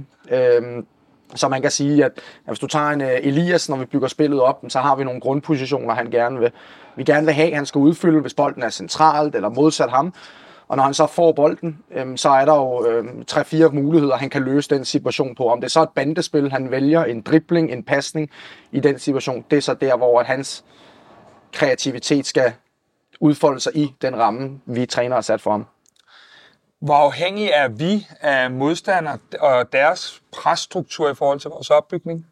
Så man kan sige, at hvis du tager en Elias, når vi bygger spillet op, så har vi nogle grundpositioner, vi gerne vil have, han skal udfylde, hvis bolden er centralt eller modsat ham. Og når han så får bolden, så er der jo 3-4 muligheder, han kan løse den situation på. Om det er så et bandespil, han vælger, en dribling, en pasning i den situation, det er så der, hvor hans kreativitet skal udfolde sig i den ramme, vi træner har sat for ham. Hvor afhængige er vi af modstandere og deres presstruktur i forhold til vores opbygning?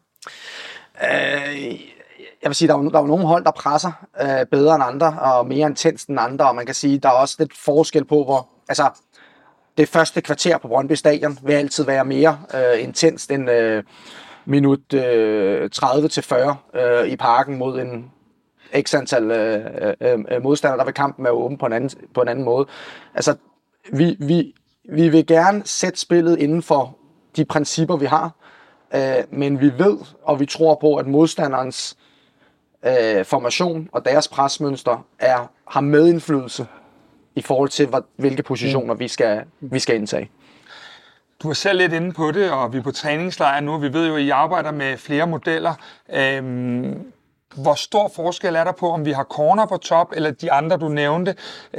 Jeg vil sige, der er jo nogle hold, der presser bedre end andre, og mere intens end andre, og man kan sige, der er også lidt forskel på, hvor det første kvarter på Brøndby Stadion vil altid være mere intenst end minut 30-40 i parken mod en x antal modstandere, der vil kampen være åben på en anden måde. Altså, vi vil gerne sætte spillet inden for de principper, vi har, men vi ved, og vi tror på, at modstanderens formation og deres presmønster har medindflydelse i forhold til, hvilke positioner vi skal indtage. Du var selv lidt inde på det, og vi er på træningslejr nu. Vi ved jo, at I arbejder med flere modeller. Hvor stor forskel er der på, om vi har corner på top, eller de andre, du nævnte?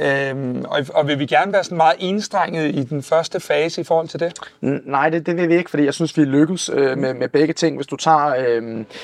Og vil vi gerne være sådan meget enstrenget i den første fase i forhold til det? Nej, det vil vi ikke, fordi jeg synes, vi lykkes med begge ting. Hvis du tager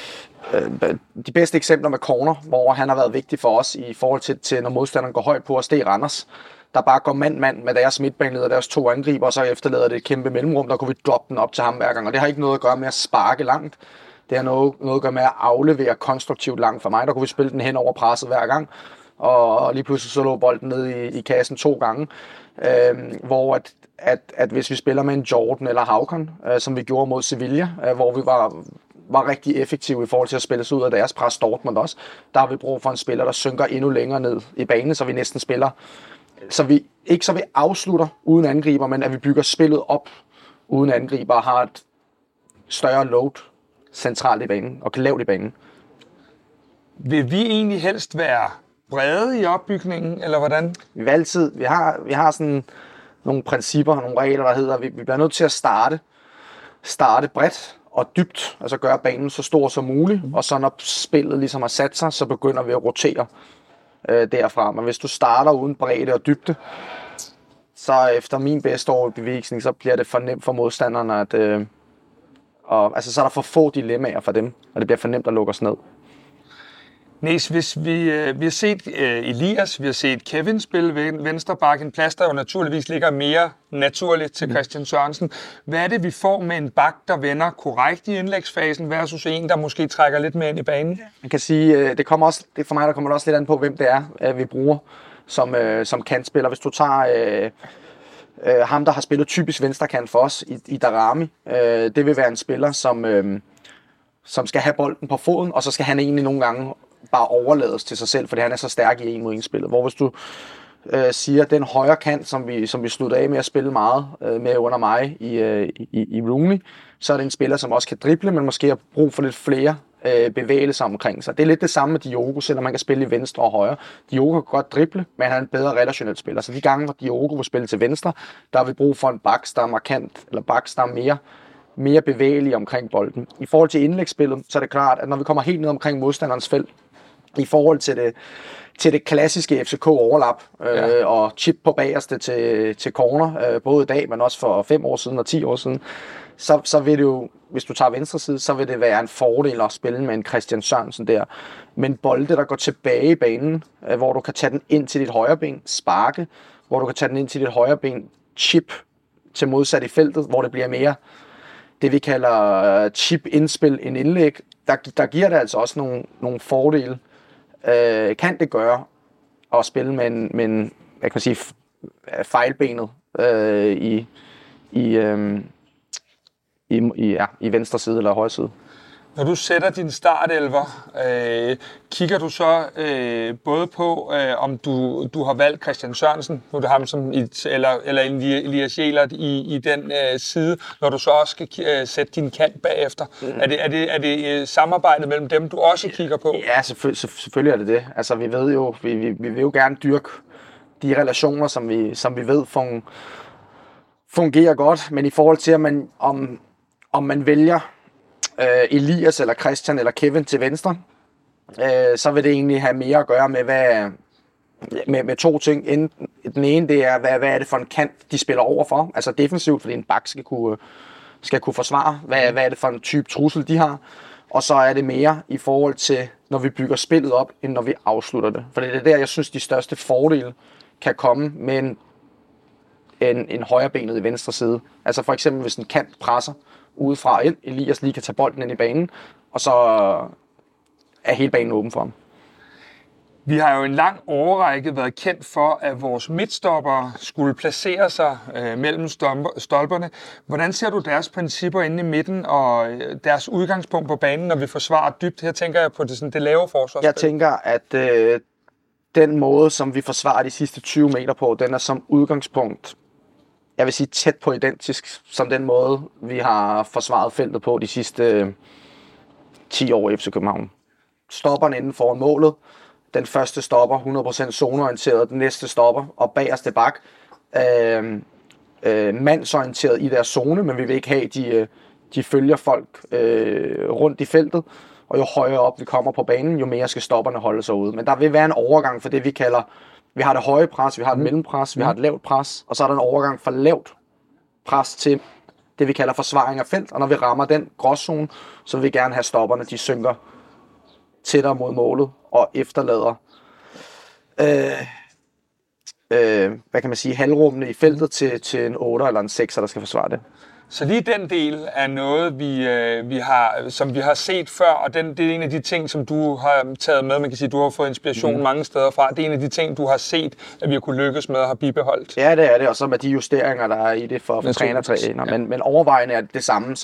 de bedste eksempler med corner, hvor han har været vigtig for os i forhold til når modstanderen går højt på os, det er Randers, der bare går mand med deres midtbaneleder og deres 2 angriber, og så efterlader det et kæmpe mellemrum, der kunne vi droppe den op til ham hver gang. Og det har ikke noget at gøre med at sparke langt. Det har noget at gøre med at aflevere konstruktivt langt for mig. Der kunne vi spille den hen over presset hver gang, og lige pludselig så lå bolden ned i kassen 2 gange. Hvor at hvis vi spiller med en Jordan eller Haukon, som vi gjorde mod Sevilla, hvor vi var rigtig effektive i forhold til at spille sig ud af deres pres, Dortmund også, der har vi brug for en spiller, der synker endnu længere ned i banen, så vi næsten spiller. Så vi afslutter uden angriber, men at vi bygger spillet op uden angriber og har et større load centralt i banen og lavt i banen. Vil vi egentlig helst være brede i opbygningen, eller hvordan? Vi har sådan nogle principper og nogle regler, der hedder, at vi bliver nødt til at starte bredt og dybt, altså gøre banen så stor som muligt, og så når spillet ligesom har sat sig, så begynder vi at rotere derfra. Men hvis du starter uden bredde og dybde, så efter min bedste overbevisning, så bliver det for nemt for modstanderne, at så er der for få dilemmaer for dem, og det bliver for nemt at lukke os ned. Næs, hvis vi har set Elias, vi har set Kevin spille venstreback, en plads, der jo naturligvis ligger mere naturligt til Christian Sørensen. Hvad er det, vi får med en bak, der vender korrekt i indlægsfasen, versus en, der måske trækker lidt mere ind i banen? Man kan sige, for mig der kommer det også lidt an på, hvem det er, vi bruger som kantspiller. Hvis du tager ham, der har spillet typisk venstrekant for os, i Darami, det vil være en spiller, som skal have bolden på foden, og så skal han egentlig nogle gange bare overlades til sig selv, fordi han er så stærk i 1-mod-1-spillet. Hvor hvis du siger, den højre kant, som vi slutter af med at spille meget med under mig i Rooney, så er det en spiller, som også kan drible, men måske har brug for lidt flere bevægelser omkring sig. Det er lidt det samme med Diogo, selvom man kan spille i venstre og højre. Diogo kan godt drible, men han er en bedre relationel spiller. Så de gange, hvor Diogo vil spille til venstre, der har vi brug for en baks, der er markant, eller baks, der er mere bevægelig omkring bolden. I forhold til indlægsspillet, så er det klart, at når vi kommer helt ned omkring modstanderens felt, i forhold til det klassiske FCK-overlap og chip på bagerste til corner, både i dag, men også for 5 år siden og 10 år siden, så vil det jo, hvis du tager venstre side, så vil det være en fordel at spille med en Christian Sørensen der. Men bolde, der går tilbage i banen, hvor du kan tage den ind til dit højre ben, sparke, hvor du kan tage den ind til dit højre ben, chip til modsat i feltet, hvor det bliver mere det, vi kalder chip-indspil, en indlæg, der giver det altså også nogle fordele. Kan det gøre at spille med en hvad kan man sige, fejlbenet i venstre side eller højre side. Når du sætter din startelver, kigger du så både på, om du har valgt Christian Sørensen, nu er det ham som eller Elias Jelert i den side, når du så også skal sætte din kant bagefter. Er det samarbejdet mellem dem, du også kigger på? Ja, selvfølgelig er det det. Altså vi ved jo, vi vil jo gerne dyrke de relationer, som vi ved fungerer godt, men i forhold til, om man vælger Elias eller Christian eller Kevin til venstre, så vil det egentlig have mere at gøre med 2 ting. Den ene, det er, hvad er det for en kant, de spiller over for? Altså defensivt, fordi en bak skal kunne forsvare. Hvad er det for en type trussel, de har? Og så er det mere i forhold til, når vi bygger spillet op, end når vi afslutter det. For det er der, jeg synes, de største fordele kan komme med en højrebenet i venstre side. Altså for eksempel, hvis en kant presser udefra ind, Elias lige kan tage bolden ind i banen, og så er hele banen åben for ham. Vi har jo en lang årrække været kendt for, at vores midtstoppere skulle placere sig mellem stolperne. Hvordan ser du deres principper inde i midten og deres udgangspunkt på banen, når vi forsvarer dybt? Her tænker jeg på det lave forsvarsspil. Jeg tænker, at den måde, som vi forsvarer de sidste 20 meter på, den er som udgangspunkt, jeg vil sige tæt på identisk, som den måde, vi har forsvaret feltet på de sidste 10 år i FC København. Stopperne inden foran målet, den første stopper 100% zoneorienteret, den næste stopper og bagerste bak mandsorienteret i deres zone, men vi vil ikke have, de følger folk rundt i feltet, og jo højere op vi kommer på banen, jo mere skal stopperne holde sig ude. Men der vil være en overgang for det, vi kalder, vi har det høje pres, vi har et mellempres, vi har et lavt pres, og så er der en overgang fra lavt pres til det, vi kalder forsvaring af felt, og når vi rammer den gråzone, så vil vi gerne have stopperne, de synker tættere mod målet og efterlader hvad kan man sige, halvrummene i feltet til en 8 eller en 6, der skal forsvare det. Så lige den del er noget, som vi har set før, og det er en af de ting, som du har taget med. Man kan sige, at du har fået inspiration mange steder fra. Det er en af de ting, du har set, at vi har kunne lykkes med at have bibeholdt. Ja, det er det, og så med de justeringer, der er i det for træner. Ja. Men overvejende er det samme,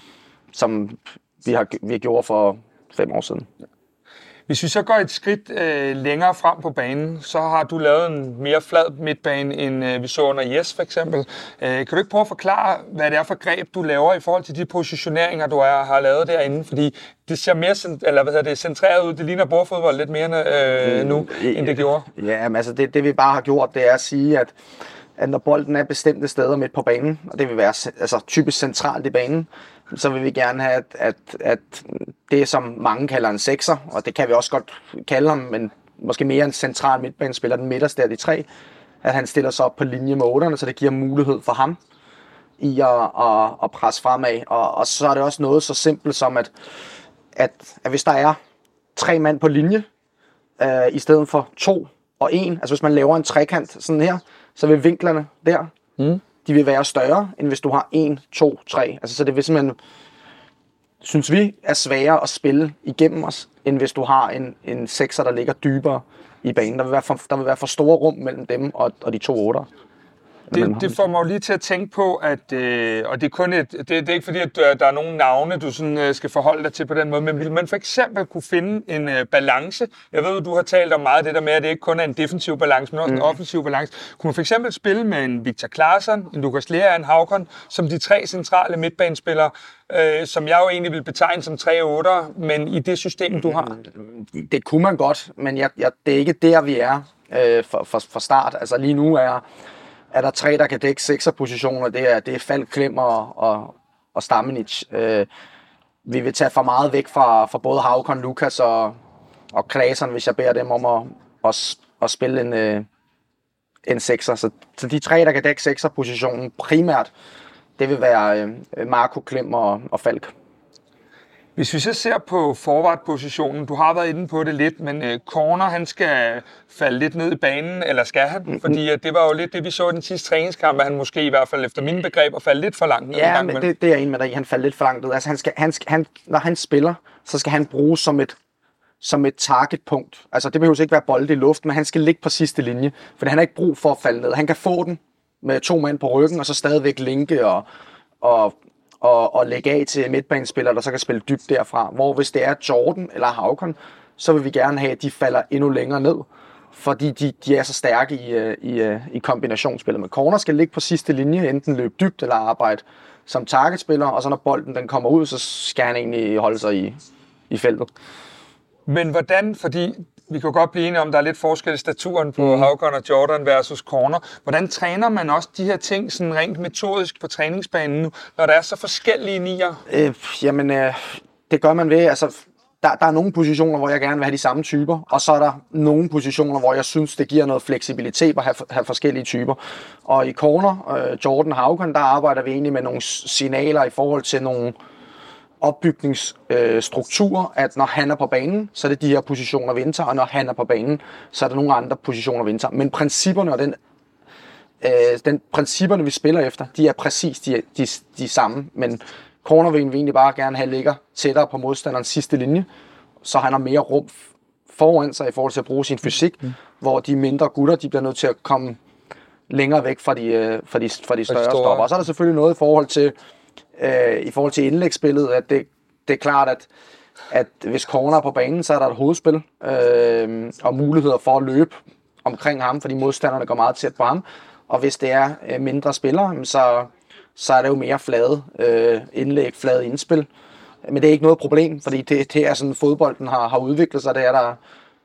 som vi har gjort for 5 år siden. Hvis vi så går et skridt længere frem på banen, så har du lavet en mere flad midtbane, end vi så under Jes for eksempel. Kan du ikke prøve at forklare, hvad det er for greb, du laver i forhold til de positioneringer, du har lavet derinde? Fordi det ser mere centreret ud. Det ligner bordfodbold lidt mere nu, end det gjorde. Ja, men altså det vi bare har gjort, det er at sige, at når bolden er bestemte steder midt på banen, og det vil være typisk centralt i banen, så vil vi gerne have, at det, som mange kalder en 6'er, og det kan vi også godt kalde ham, men måske mere en central midtbanespiller, den midterste af de 3, at han stiller sig op på linje med 8'erne, så det giver mulighed for ham i at presse fremad. Og så er det også noget så simpelt som, at hvis der er 3 mand på linje, i stedet for 2 og 1, altså hvis man laver en trekant sådan her, så vil vinklerne der, de vil være større, end hvis du har 1, 2, 3. Altså, så det vil simpelthen, synes vi, er sværere at spille igennem os, end hvis du har en 6'er, der ligger dybere i banen. Der vil være for store rum mellem dem og de 2 8'er. Det får mig jo lige til at tænke på, at og det er kun det er ikke fordi, at der er nogle navne, du sådan, skal forholde dig til på den måde, men vil man for eksempel kunne finde en balance? Jeg ved, du har talt om meget af det der med, at det ikke kun er en defensiv balance, men også en offensiv balance. Kunne man for eksempel spille med en Victor Claesson, en Lukas Lea, en Haukon, som de 3 centrale midtbanespillere, som jeg jo egentlig vil betegne som 3-8'er, men i det system, du har? Det kunne man godt, men det er ikke der, vi er for start. Altså lige nu er der 3, der kan dække 6'er-positioner. Det er Falk, Klem og Stamenic. Vi vil tage for meget væk fra både Haukon, Lukas og Claesson, hvis jeg beder dem om at spille en 6'er. Så de 3, der kan dække 6'er-positionen primært, det vil være Marco, Klem og Falk. Hvis vi så ser på forward-positionen, du har været inde på det lidt, men Corner, han skal falde lidt ned i banen, eller skal han? Fordi det var jo lidt det, vi så i den sidste træningskamp, at han måske i hvert fald efter mine begreber falde lidt for langt ned. Ja, men det er en med dig, han falder lidt for langt ned. Altså når han spiller, så skal han bruges som et targetpunkt. Altså det behøver ikke være bolde i luft, men han skal ligge på sidste linje, for han har ikke brug for at falde ned. Han kan få den med 2 mand på ryggen, og så stadigvæk linke og lægge af til midtbanespillere, der så kan spille dybt derfra. Hvor hvis det er Jordan eller Haukon, så vil vi gerne have, at de falder endnu længere ned, fordi de er så stærke i kombinationsspillet. Men Corner skal ligge på sidste linje, enten løbe dybt eller arbejde som targetspiller, og så når bolden den kommer ud, så skal han egentlig holde sig i feltet. Men hvordan, fordi vi kan godt blive enige om, der er lidt forskel i staturen på Haukon og Jordan versus Corner. Hvordan træner man også de her ting sådan rent metodisk på træningsbanen nu, når der er så forskellige nier? Det gør man ved, altså der er nogle positioner, hvor jeg gerne vil have de samme typer, og så er der nogle positioner, hvor jeg synes, det giver noget fleksibilitet at have forskellige typer. Og i Corner, Jordan Haukon, der arbejder vi egentlig med nogle signaler i forhold til nogle opbygningsstrukturer, at når han er på banen, så er det de her positioner, vi indtager, og når han er på banen, så er der nogle andre positioner, vi indtager. Men principperne og principperne, vi spiller efter, de er præcis de samme, men Corner vil vi egentlig bare gerne have ligger tættere på modstanderens sidste linje, så han har mere rum foran sig i forhold til at bruge sin fysik, hvor de mindre gutter, de bliver nødt til at komme længere væk fra de større stopper. Og så er der selvfølgelig noget i forhold til indlægsspillet, at det er klart, at hvis Corner er på banen, så er der et hovedspil og muligheder for at løbe omkring ham, fordi modstanderne går meget tæt på ham. Og hvis det er mindre spillere, så er det jo mere flade indlæg, flade indspil. Men det er ikke noget problem, fordi det er sådan, fodbolden har udviklet sig. Det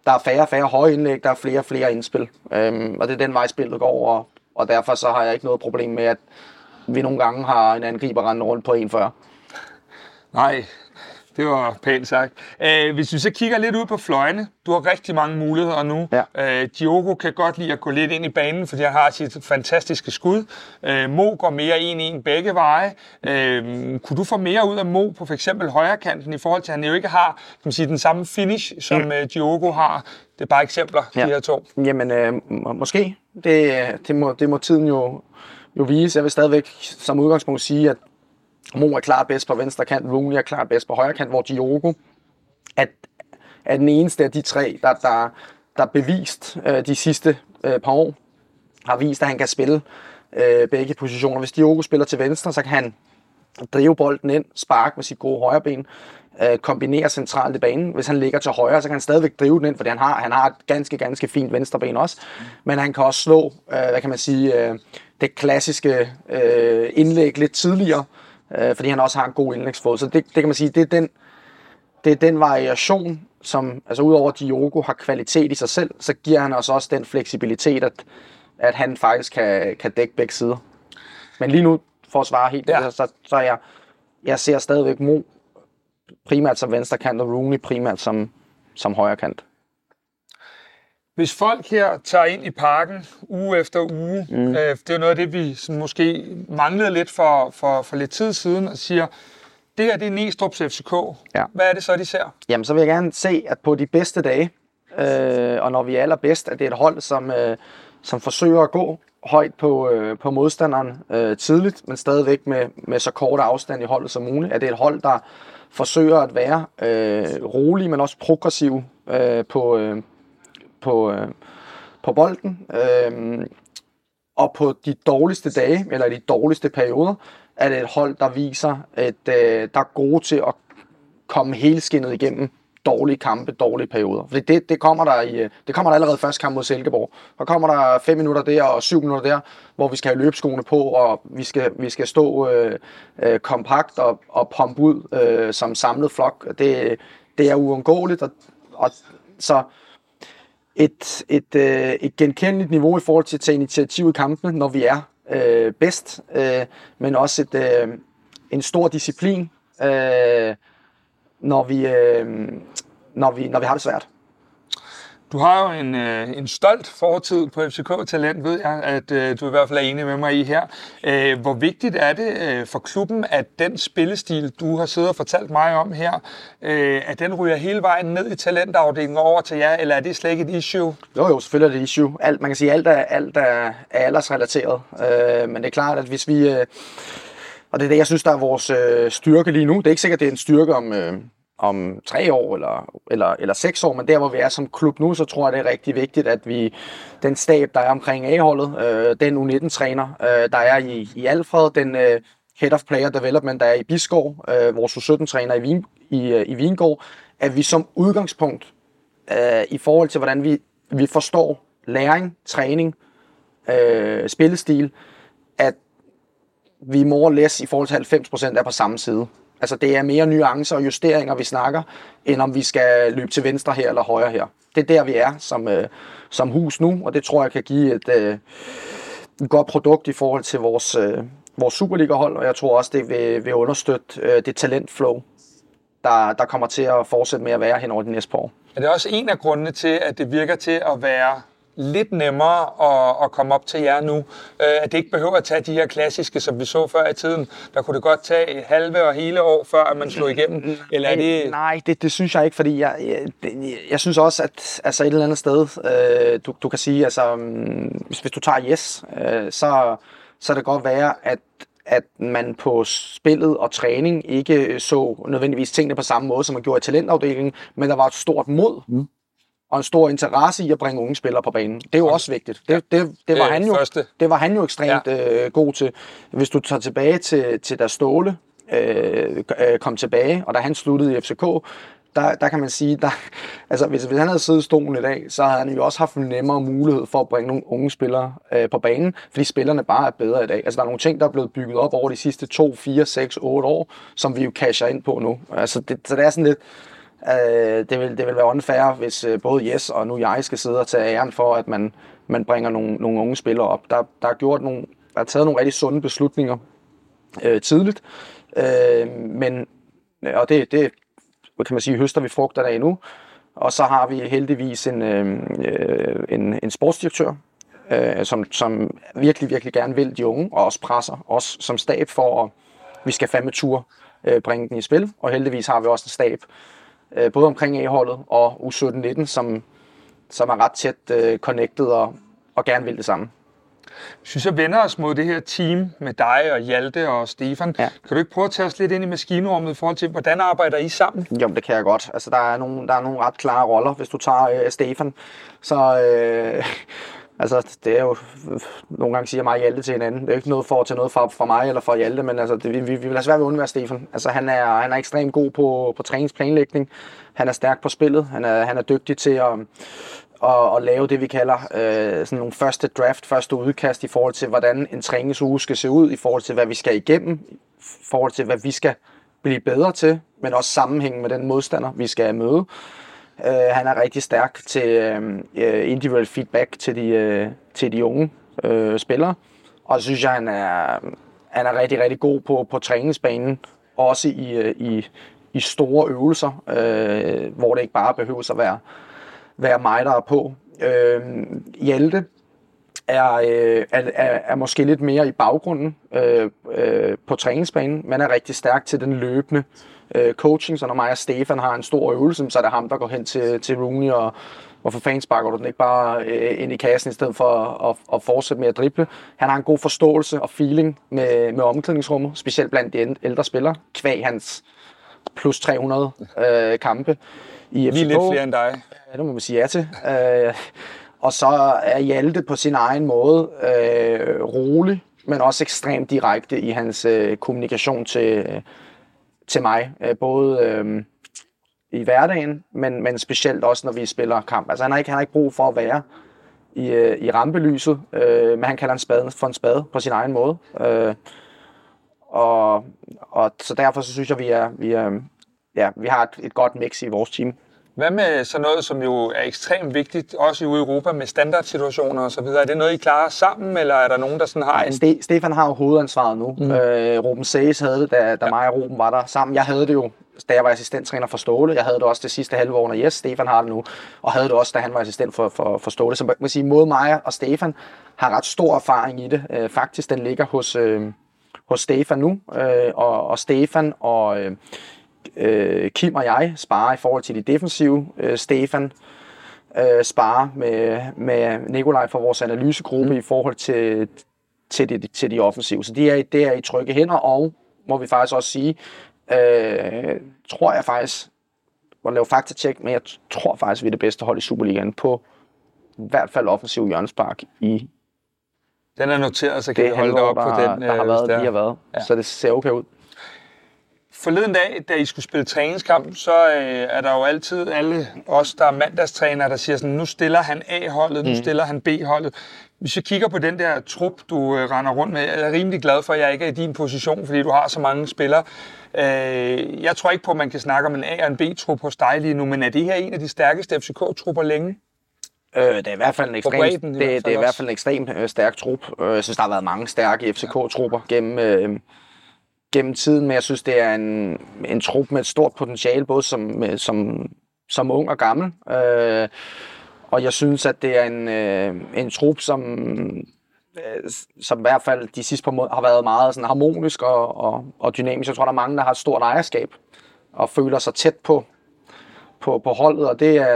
der er færre og færre høje indlæg, der er flere og flere indspil. Og det er den vej, spillet går, og derfor så har jeg ikke noget problem med, at vi nogle gange har en angriber rendende rundt på 1,40. Nej, det var pænt sagt. Hvis vi så kigger lidt ud på fløjene, du har rigtig mange muligheder nu. Ja. Diogo kan godt lide at gå lidt ind i banen, fordi han har sit fantastiske skud. Mo går mere 1-1 begge veje. Kunne du få mere ud af Mo på f.eks. højrekanten, i forhold til, at han jo ikke har, kan man sige, den samme finish, som Diogo har? Det er bare eksempler, de her to. Jamen, måske. Det må tiden jo vise. Jeg vil stadigvæk som udgangspunkt sige, at Mo er klart bedst på venstre kant, Rooney er klart bedst på højre kant, hvor Diogo er den eneste af de tre, der bevist de sidste par år, har vist, at han kan spille begge positioner. Hvis Diogo spiller til venstre, så kan han drive bolden ind, sparke med sit gode højre ben, kombinere centralt i banen. Hvis han ligger til højre, så kan han stadigvæk drive den ind, fordi han har et ganske fint venstre ben også. Men han kan også slå, det klassiske indlæg lidt tidligere, fordi han også har en god indlægsfod. Så det kan man sige, det er den variation, som, altså udover at Diogo har kvalitet i sig selv, så giver han os også den fleksibilitet, at han faktisk kan dække begge sider. Men lige nu, for at svare helt, så jeg ser stadigvæk Mo primært som venstre kant, og Rooney primært som højre kant. Hvis folk her tager ind i parken uge efter uge, det er noget af det, vi sådan måske manglede lidt for lidt tid siden, og siger, det her det er Næstrup's FCK. Ja. Hvad er det så, de ser? Jamen, så vil jeg gerne se, at på de bedste dage, og når vi er allerbedst, at det er et hold, som forsøger at gå højt på modstanderen tidligt, men stadigvæk med så kort afstand i holdet som muligt. At det er et hold, der forsøger at være rolig, men også progressiv på bolden. Og på de dårligste dage, eller de dårligste perioder, er det et hold, der viser, at der er gode til at komme helskindet igennem dårlige kampe, dårlige perioder. Fordi det kommer der allerede første kamp mod Silkeborg. Så kommer der 5 minutter der og 7 minutter der, hvor vi skal have løbskoene på, og vi skal stå kompakt og pumpe ud som samlet flok. Det er uundgåeligt, og så et genkendeligt niveau i forhold til at tage initiativ i kampene, når vi er bedst, men også en stor disciplin, når vi har det svært. Du har jo en stolt fortid på FCK-talent, ved jeg, at du i hvert fald er enig med mig i her. Hvor vigtigt er det for klubben, at den spillestil, du har siddet og fortalt mig om her, at den ryger hele vejen ned i talentafdelingen over til jer, eller er det slet ikke et issue? Jo, selvfølgelig er det et issue. Man kan sige, alt er aldersrelateret. Men det er klart, at hvis vi... Og det er det, jeg synes, der er vores styrke lige nu. Det er ikke sikkert, det er en styrke om 3 år eller 6 år, men der hvor vi er som klub nu, så tror jeg det er rigtig vigtigt, at den stab, der er omkring A-holdet, den U19-træner, der er i Alfred, den Head of Player Development, der er i Biskov, vores U17-træner i Vingård, at vi som udgangspunkt i forhold til, hvordan vi forstår læring, træning, spillestil, at vi more or less i forhold til 90% er på samme side. Altså det er mere nuancer og justeringer, vi snakker, end om vi skal løbe til venstre her eller højre her. Det er der, vi er som hus nu, og det tror jeg kan give et godt produkt i forhold til vores Superliga-hold, og jeg tror også, det vil understøtte det talentflow, der kommer til at fortsætte med at være hen over de næste par år. Er det også en af grundene til, at det virker til at være lidt nemmere at komme op til jer nu? At det ikke behøver at tage de her klassiske, som vi så før i tiden. Der kunne det godt tage halve og hele år, før at man slog igennem. Eller er det... Nej, det synes jeg ikke, fordi jeg synes også, at altså et eller andet sted, du kan sige, altså, hvis du tager så det godt være, at man på spillet og træning ikke så nødvendigvis tingene på samme måde, som man gjorde i talentafdelingen, men der var et stort mod og en stor interesse i at bringe unge spillere på banen. Det er jo også vigtigt. Det var han jo ekstremt god til. Hvis du tager tilbage til da Ståle kom tilbage, og da han sluttede i FCK, der kan man sige, altså hvis han havde siddet i stolen i dag, så havde han jo også haft en nemmere mulighed for at bringe nogle unge spillere på banen, fordi spillerne bare er bedre i dag. Altså der er nogle ting, der er blevet bygget op over de sidste 2, 4, 6, 8 år, som vi jo casher ind på nu. Altså så det er sådan lidt, Det vil være unfair, hvis både Jes og nu jeg skal sidde og tage æren for, at man bringer nogle unge spillere op. Der er taget nogle rigtig sunde beslutninger tidligt, og det kan man sige, høster vi frugter af nu. Og så har vi heldigvis en sportsdirektør, som virkelig, virkelig gerne vil de unge, og også presser os som stab for, at vi skal fandme tur bringe den i spil. Og heldigvis har vi også en stab, både omkring A-holdet og U17-19, som er ret tæt connected og gerne vil det samme. Jeg synes, jeg vender os mod det her team med dig og Hjalte og Stefan. Ja. Kan du ikke prøve at tage os lidt ind i maskinrummet i forhold til, hvordan arbejder I sammen? Jo, det kan jeg godt. Altså, der er nogle ret klare roller, hvis du tager Stefan. Så altså, det er jo, nogle gange siger mig og Hjalte til hinanden. Det er jo ikke noget for at tage noget fra mig eller fra Hjalte, men altså, vi vil have svært ved at undvære Stefan. Altså, han er ekstremt god på træningsplanlægning. Han er stærk på spillet. Han er dygtig til at lave det, vi kalder sådan nogle første udkast i forhold til, hvordan en træningsuge skal se ud, i forhold til, hvad vi skal igennem, i forhold til, hvad vi skal blive bedre til, men også sammenhængen med den modstander, vi skal møde. Han er rigtig stærk til individual feedback til de unge spillere, og så synes jeg, han er rigtig, rigtig god på træningsbanen, også i store øvelser, hvor det ikke bare behøver at være mig, der er på. Hjalte er måske lidt mere i baggrunden på træningsbanen, men er rigtig stærk til den løbende coaching, så når mig og Stefan har en stor øvelse, så er det ham, der går hen til Rooney, og hvorfor fanden sparker du den ikke bare ind i kassen, i stedet for at fortsætte med at drible. Han har en god forståelse og feeling med omklædningsrummet, specielt blandt de ældre spillere, kvæg hans plus 300 kampe i FCK. Lige lidt flere end dig. Ja, det må man sige ja til. Og så er Hjalte på sin egen måde rolig, men også ekstremt direkte i hans kommunikation til mig. Både i hverdagen, men specielt også, når vi spiller kamp. Altså, han har ikke brug for at være i rampelyset, men han kalder en spade for en spade på sin egen måde. Og så derfor så synes jeg, vi har et godt mix i vores team. Hvad med sådan noget, som jo er ekstremt vigtigt, også ude i Europa, med standardsituationer og så videre? Er det noget, I klarer sammen, eller er der nogen, der sådan har en... Stefan har jo hovedansvaret nu. Ruben Sages havde det, da mig og Ruben var der sammen. Jeg havde det jo, da jeg var assistenttræner for Ståle. Jeg havde det også det sidste halve år, når Stefan har det nu. Og havde det også, da han var assistent for Ståle. Så man kan sige, både mig og Stefan har ret stor erfaring i det. Faktisk, den ligger hos Stefan nu. Og Stefan og... Kim og jeg sparer i forhold til de defensive. Stefan sparer med Nikolaj fra vores analysegruppe i forhold til de offensive. Så det er i trygge hænder, og må vi faktisk også sige, tror jeg faktisk, må lave faktatjek, men jeg tror faktisk, vi er det bedste hold i Superligaen på i hvert fald offensiv hjørnespark i den er noteret, så kan vi holde det op på den. Der har været, ja. Så det ser okay ud. Forleden dag, da I skulle spille træningskamp, så er der jo altid alle os, der er mandagstrænere, der siger sådan, nu stiller han A-holdet, nu stiller han B-holdet. Hvis jeg kigger på den der trup, du render rundt med, jeg er rimelig glad for, at jeg ikke er i din position, fordi du har så mange spillere. Jeg tror ikke på, at man kan snakke om en A- og en B-trup hos dig lige nu, men er det her en af de stærkeste FCK-trupper længe? Det er i hvert fald en ekstremt stærk trup. Jeg synes, der har været mange stærke FCK-trupper gennem tiden, men jeg synes, det er en trup med et stort potentiale, både som ung og gammel. Og jeg synes, at det er en trup, som i hvert fald de sidste par måneder har været meget sådan harmonisk og dynamisk. Jeg tror, der er mange, der har et stort ejerskab og føler sig tæt på holdet, og det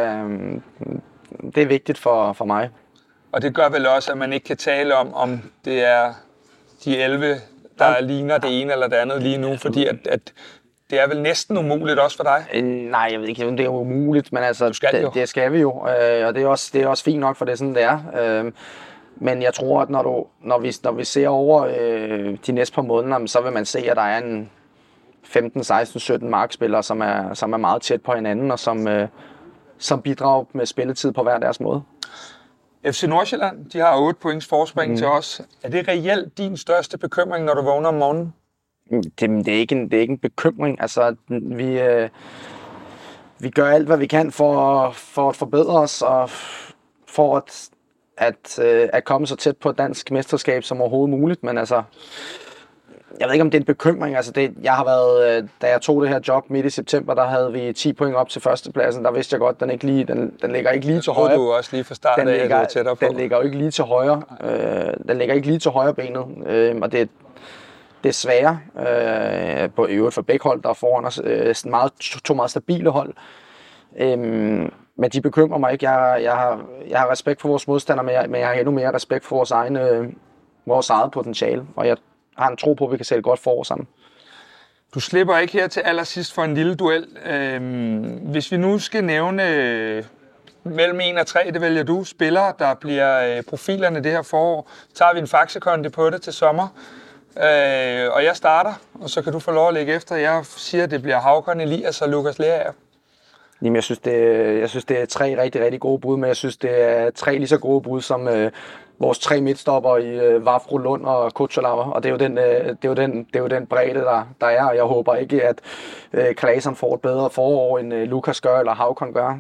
er vigtigt for mig. Og det gør vel også, at man ikke kan tale om det er de 11, der ligner det ene eller det andet lige nu, fordi at det er vel næsten umuligt også for dig? Nej, jeg ved ikke, om det er umuligt, men altså, det skal vi jo, og det er også fint nok, for det er sådan, det er. Men jeg tror, at når vi ser over de næste par måneder, så vil man se, at der er en 15, 16, 17 markspillere, som er meget tæt på hinanden, og som bidrager med spilletid på hver deres måde. FC Nordsjælland, de har 8 points forspring til os. Er det reelt din største bekymring, når du vågner om morgenen? Det er ikke en bekymring. Altså, vi gør alt, hvad vi kan for at forbedre os, og for at komme så tæt på et dansk mesterskab som overhovedet muligt. Men altså, jeg ved ikke, om det er en bekymring. Altså jeg har været, da jeg tog det her job midt i september, der havde vi 10 point op til førstepladsen. Der vidste jeg godt, den ligger ikke lige til højre. Du også lige fra start af, at du er tættere på. Den ligger jo ikke lige til højre. Den ligger ikke lige til højre benet. Og det er sværere på øvrigt for begge hold, der er foran os. To meget stabile hold. Men de bekymrer mig ikke. Jeg har respekt for vores modstandere, men jeg har endnu mere respekt for vores eget potentiale. Og jeg har en tro på, at vi kan sætte godt forår sammen. Du slipper ikke her til allersidst for en lille duel. Hvis vi nu skal nævne mellem 1 og 3, det vælger du, spillere, der bliver profilerne det her forår, tager vi en faxekonti på det til sommer. Og jeg starter, og så kan du få lov at lægge efter. Jeg siger, at det bliver Haucon, Elias og Lukas Lerager. Jamen, jeg synes, det er 3 rigtig, rigtig gode bud, men jeg synes, det er 3 lige så gode bud som vores 3 midtstopper i Vafro, Lund og Kutsulava. Og det er jo den bredde, der er, og jeg håber ikke, at Claesson får et bedre forår, end Lukas gør, eller Haucon gør.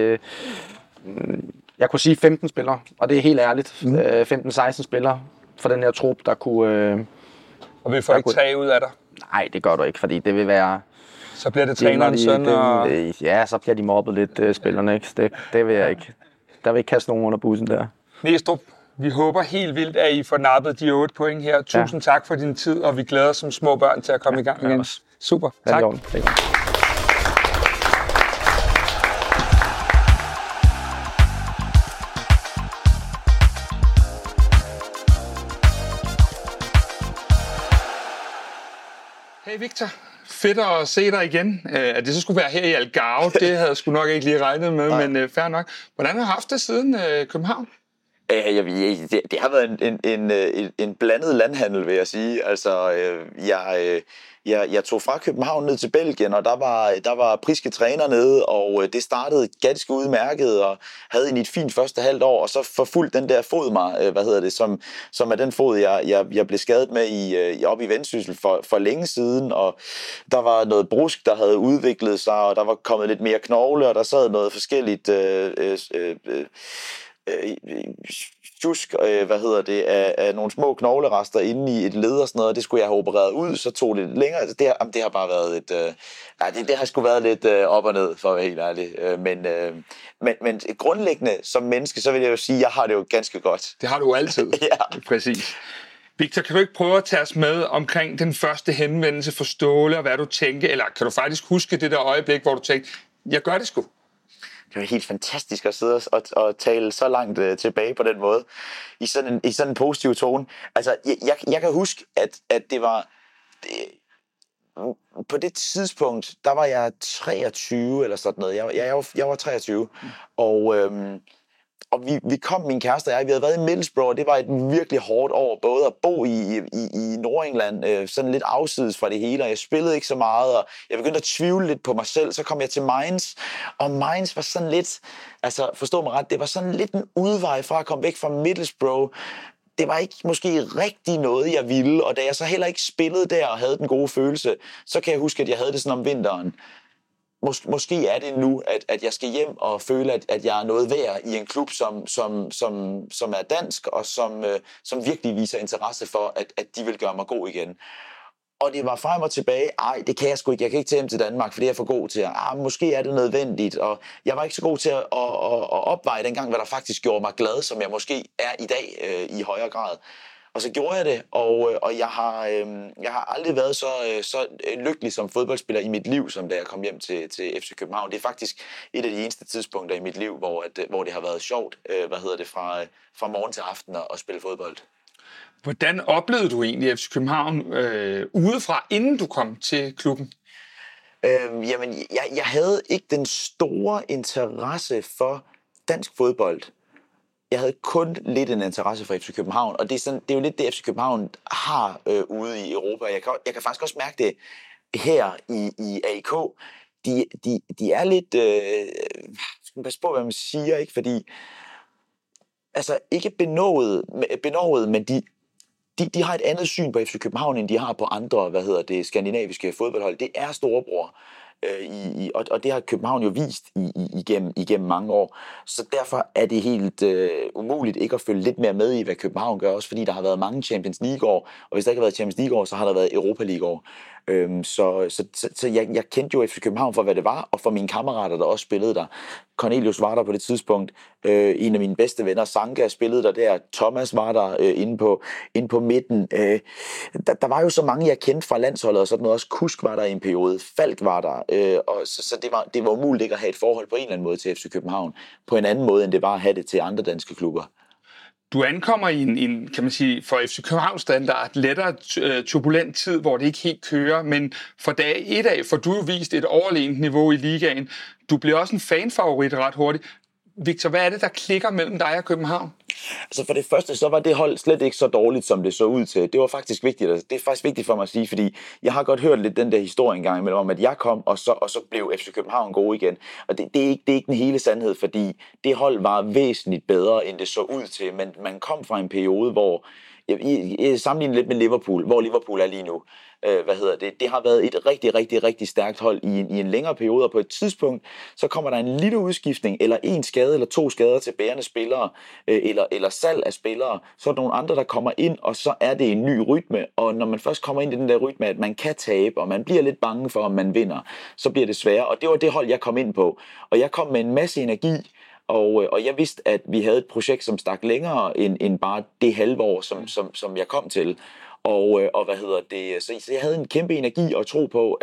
Jeg kunne sige 15 spillere, og det er helt ærligt. 15-16 spillere for den her trup, der kunne... Og vi får ikke 3 ud af dig? Nej, det gør du ikke, fordi det vil være... Så bliver det trænerens søn og... Ja, så bliver de mobbet lidt, spillerne, ikke? Det vil jeg ikke. Der vil ikke kaste nogen under bussen der. Næstrup, vi håber helt vildt, at I får nappet de 8 point her. Tusind tak for din tid, og vi glæder os som små børn til at komme i gang igen. Super, tak. Hey Victor, fedt at se dig igen. At det så skulle være her i Algarve, det havde jeg sgu nok ikke lige regnet med, men fair nok. Hvordan har du haft det siden København? Det har været en blandet landhandel, vil jeg sige. Altså, jeg tog fra København ned til Belgien, og der var priske træner nede, og det startede ganske udmærket, og havde egentlig et fint første halvt år, og så forfulgte den der fod mig, som er den fod, jeg blev skadet med op i Vendsyssel for længe siden, og der var noget brusk, der havde udviklet sig, og der var kommet lidt mere knogle, og der sad noget forskelligt tjusk, af nogle små knoglerester inde i et led og sådan noget, og det skulle jeg have opereret ud, så tog det lidt længere. Altså, det har bare været det har sgu været lidt op og ned, for at være helt ærlig. Men grundlæggende som menneske, så vil jeg jo sige, at jeg har det jo ganske godt. Det har du altid. Ja. Præcis. Victor, kan du ikke prøve at tage os med omkring den første henvendelse for Ståle, og hvad du tænkte, eller kan du faktisk huske det der øjeblik, hvor du tænkte, jeg gør det sgu? Det var helt fantastisk at sidde og tale så langt tilbage på den måde, i sådan en positiv tone. Altså, jeg kan huske, at det var... På det tidspunkt, der var jeg 23 eller sådan noget. Jeg var 23, og vi kom, min kæreste og jeg, vi havde været i Middlesbrough, og det var et virkelig hårdt år, både at bo i Nordengland, sådan lidt afsides fra det hele, og jeg spillede ikke så meget, og jeg begyndte at tvivle lidt på mig selv. Så kom jeg til Mainz, og Mainz var sådan lidt, altså forstå mig ret, det var sådan lidt en udvej fra at komme væk fra Middlesbrough. Det var ikke måske rigtig noget, jeg ville, og da jeg så heller ikke spillede der og havde den gode følelse, så kan jeg huske, at jeg havde det sådan om vinteren. Måske er det nu, at jeg skal hjem og føle, at jeg er noget værd i en klub, som er dansk, og som virkelig viser interesse for, at de vil gøre mig god igen. Og det var frem og tilbage, det kan jeg sgu ikke, jeg kan ikke tage hjem til Danmark, for det er jeg for god til. Måske er det nødvendigt, og jeg var ikke så god til at opveje dengang, hvad der faktisk gjorde mig glad, som jeg måske er i dag i højere grad. Og så gjorde jeg det, og jeg har aldrig været så lykkelig som fodboldspiller i mit liv, som da jeg kom hjem til FC København. Det er faktisk et af de eneste tidspunkter i mit liv, hvor det har været sjovt, fra morgen til aften at spille fodbold. Hvordan oplevede du egentlig FC København udefra, inden du kom til klubben? Jamen, jeg havde ikke den store interesse for dansk fodbold. Jeg havde kun lidt en interesse for FC København, og det er jo lidt det, FC København har ude i Europa. Jeg kan faktisk også mærke det her i AIK. De er lidt... skal man passe på, hvad man siger, ikke? Fordi... Altså, ikke benovet, men de har et andet syn på FC København, end de har på andre, skandinaviske fodboldhold. Det er storebror. Og det har København jo vist igennem mange år. Så derfor er det helt umuligt ikke at følge lidt mere med i, hvad København gør, også fordi der har været mange Champions League-år, og hvis der ikke har været Champions League-år, så har der været Europa League-år. Så jeg kendte jo FC København for, hvad det var, og for mine kammerater, der også spillede der. Cornelius var der på det tidspunkt. En af mine bedste venner, Sanka, spillede der. Thomas var der inde på midten. Der var jo så mange, jeg kendte fra landsholdet, og sådan noget. Også Kusk var der i en periode. Falk var der. Og så det var umuligt ikke at have et forhold på en eller anden måde til FC København. På en anden måde, end det var at have det til andre danske klubber. Du ankommer i en, kan man sige, for FC Københavns standard lettere turbulent tid, hvor det ikke helt kører, men for dag 1 af får du jo vist et overlegent niveau i ligaen. Du bliver også en fanfavorit ret hurtigt. Victor, hvad er det, der klikker mellem dig og København? Altså for det første, så var det hold slet ikke så dårligt, som det så ud til. Det var faktisk vigtigt. Det er faktisk vigtigt for mig at sige, fordi jeg har godt hørt lidt den der historie engang imellem om, at jeg kom, og så blev FC København gode igen. Og det er ikke den hele sandhed, fordi det hold var væsentligt bedre, end det så ud til. Men man kom fra en periode, hvor jeg sammenligner lidt med Liverpool, hvor Liverpool er lige nu. Det har været et rigtig stærkt hold i en længere periode, og på et tidspunkt, så kommer der en lille udskiftning, eller en skade, eller 2 skader til bærende spillere, eller salg af spillere, så er der nogle andre, der kommer ind, og så er det en ny rytme, og når man først kommer ind i den der rytme, at man kan tabe, og man bliver lidt bange for, om man vinder, så bliver det sværere, og det var det hold, jeg kom ind på, og jeg kom med en masse energi, og jeg vidste, at vi havde et projekt, som stak længere end bare det halve år, som jeg kom til. Så jeg havde en kæmpe energi og tro på,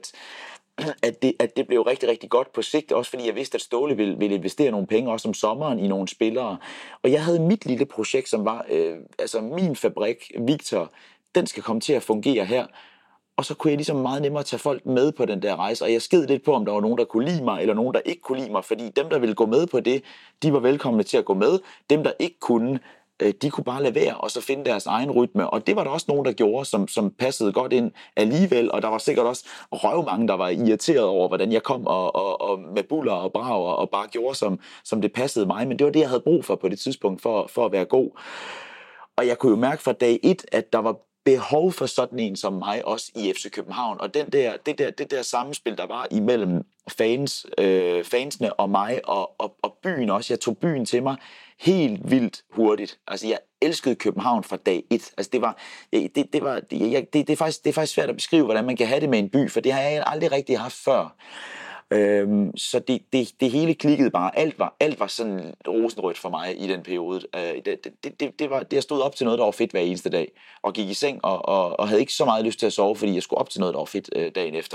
at det blev rigtig godt på sigt, også fordi jeg vidste, at Ståle ville investere nogle penge, også om sommeren, i nogle spillere. Og jeg havde mit lille projekt, som var min fabrik, Victor, den skal komme til at fungere her. Og så kunne jeg ligesom meget nemmere tage folk med på den der rejse, og jeg sked lidt på, om der var nogen, der kunne lide mig, eller nogen, der ikke kunne lide mig, fordi dem, der ville gå med på det, de var velkomne til at gå med. Dem, der ikke kunne, de kunne bare lade være, og så finde deres egen rytme. Og det var der også nogen, der gjorde, som passede godt ind alligevel, og der var sikkert også røvmange, der var irriteret over, hvordan jeg kom og med buller og brager, og bare gjorde, som det passede mig. Men det var det, jeg havde brug for på det tidspunkt, for at være god. Og jeg kunne jo mærke fra dag 1, at der var behov for sådan en som mig også i FC København, og det der sammenspil, der var imellem fansene og mig og byen også. Jeg tog byen til mig helt vildt hurtigt. Altså jeg elskede København fra dag 1. Altså det er faktisk svært at beskrive, hvordan man kan have det med en by, for det har jeg aldrig rigtig haft før. Så det hele klikkede bare. Alt var sådan rosenrødt for mig i den periode. Jeg stod op til noget, der var fedt hver eneste dag, og gik i seng og havde ikke så meget lyst til at sove, fordi jeg skulle op til noget, der var fedt dagen efter.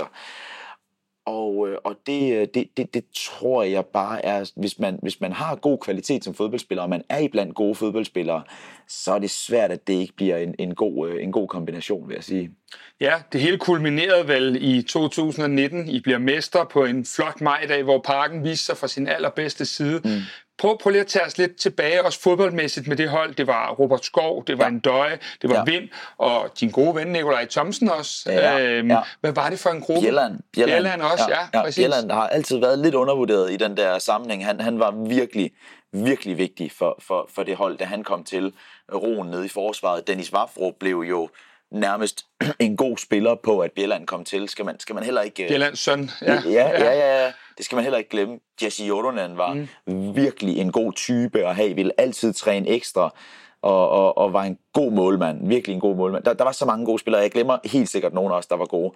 Og det tror jeg bare er, hvis man har god kvalitet som fodboldspiller, og man er iblandt gode fodboldspillere, så er det svært, at det ikke bliver en god kombination, vil jeg sige. Ja, det hele kulminerede vel i 2019. I bliver mester på en flot majdag, hvor Parken viste sig fra sin allerbedste side. Prøv lige at tage os lidt tilbage, også fodboldmæssigt med det hold. Det var Robert Skov, det var Ndøje, det var Vind, og din gode ven Nikolaj Thomsen også. Hvad var det for en gruppe? Bjelland også, præcis. Bjelland har altid været lidt undervurderet i den der sammenhæng. Han var virkelig vigtig for det hold, da han kom til. Roen nede i forsvaret. Dennis Vafro blev jo nærmest en god spiller på, at Bjelland kom til. Skal man heller ikke... Bjellands søn, Ja. Det skal man heller ikke glemme. Jesse Jolonen var virkelig en god type at have. Ville altid træne ekstra og var en god målmand. Virkelig en god målmand. Der var så mange gode spillere. Jeg glemmer helt sikkert nogen af os, der var gode.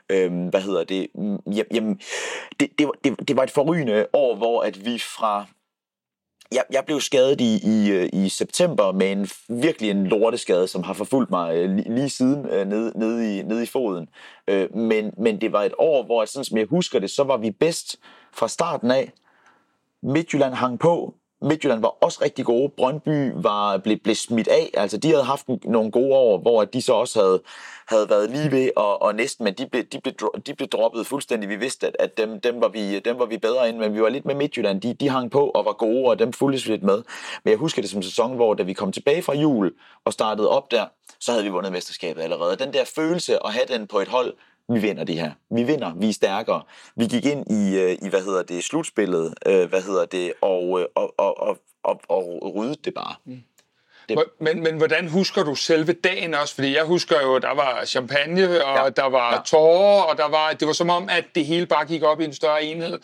Det var et forrygende år, hvor at vi fra... Jeg blev skadet i september med virkelig en lorteskade, som har forfulgt mig lige siden nede i foden. Men det var et år, hvor, sådan som jeg husker det, så var vi bedst fra starten af. Midtjylland hang på. Midtjylland var også rigtig gode. Brøndby blev smidt af. Altså, de havde haft nogle gode år, hvor de så også havde været lige ved og næsten, men de blev droppet fuldstændig. Vi vidste, at dem var vi bedre end, men vi var lidt med Midtjylland. De hang på og var gode, og dem fulgtes lidt med. Men jeg husker det som sæson, hvor da vi kom tilbage fra jul og startede op der, så havde vi vundet mesterskabet allerede. Den der følelse at have den på et hold, vi vinder det her. Vi vinder, vi er stærkere. Vi gik ind i slutspillet, og ryddede det bare. Men hvordan husker du selve dagen også? Fordi jeg husker jo, der var champagne, og der var tårer, og det var som om, at det hele bare gik op i en større enhed.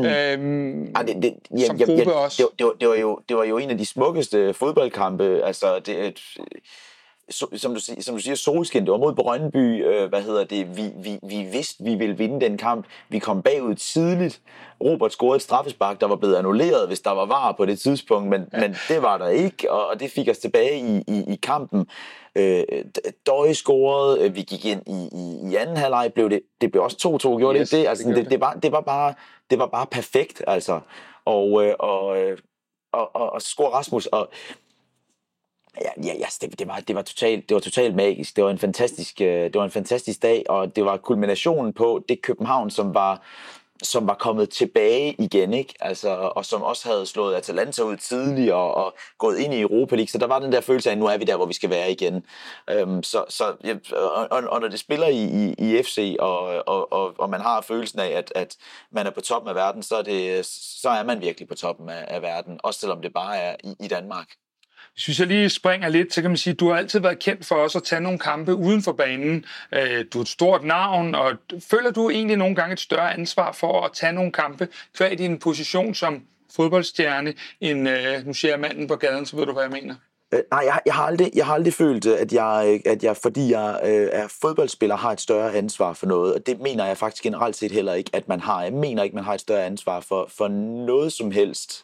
Som gruppe også. Det var jo en af de smukkeste fodboldkampe. Altså, som du siger, solskin, det var mod Brøndby, vi vidste, vi ville vinde den kamp. Vi kom bagud tidligt. Robert scorede et straffespark, der var blevet annulleret, hvis der var VAR på det tidspunkt, men det var der ikke, og det fik os tilbage i kampen. Døje scorede, vi gik ind i anden halvleg, det blev også 2-2, gjorde det det? Altså, det var bare perfekt, altså. Og så scorede Rasmus, og det var totalt magisk. Det var en fantastisk dag, og det var kulminationen på det København, som var kommet tilbage igen, ikke? Altså, og som også havde slået Atalanta ud tidligere og gået ind i Europa League. Så der var den der følelse af, at nu er vi der, hvor vi skal være igen. Og når det spiller i FC, og man har følelsen af, at man er på toppen af verden, så er man virkelig på toppen af verden, også selvom det bare er i Danmark. Hvis jeg lige springer lidt, så kan man sige, at du har altid været kendt for også at tage nogle kampe uden for banen. Du er et stort navn, og føler du egentlig nogle gange et større ansvar for at tage nogle kampe, hver i din position som fodboldstjerne, end nu siger jeg manden på gaden, så ved du, hvad jeg mener? Nej, jeg har aldrig følt, at jeg fordi jeg er fodboldspiller, har et større ansvar for noget, og det mener jeg faktisk generelt set heller ikke, at man har. Jeg mener ikke, man har et større ansvar for noget som helst.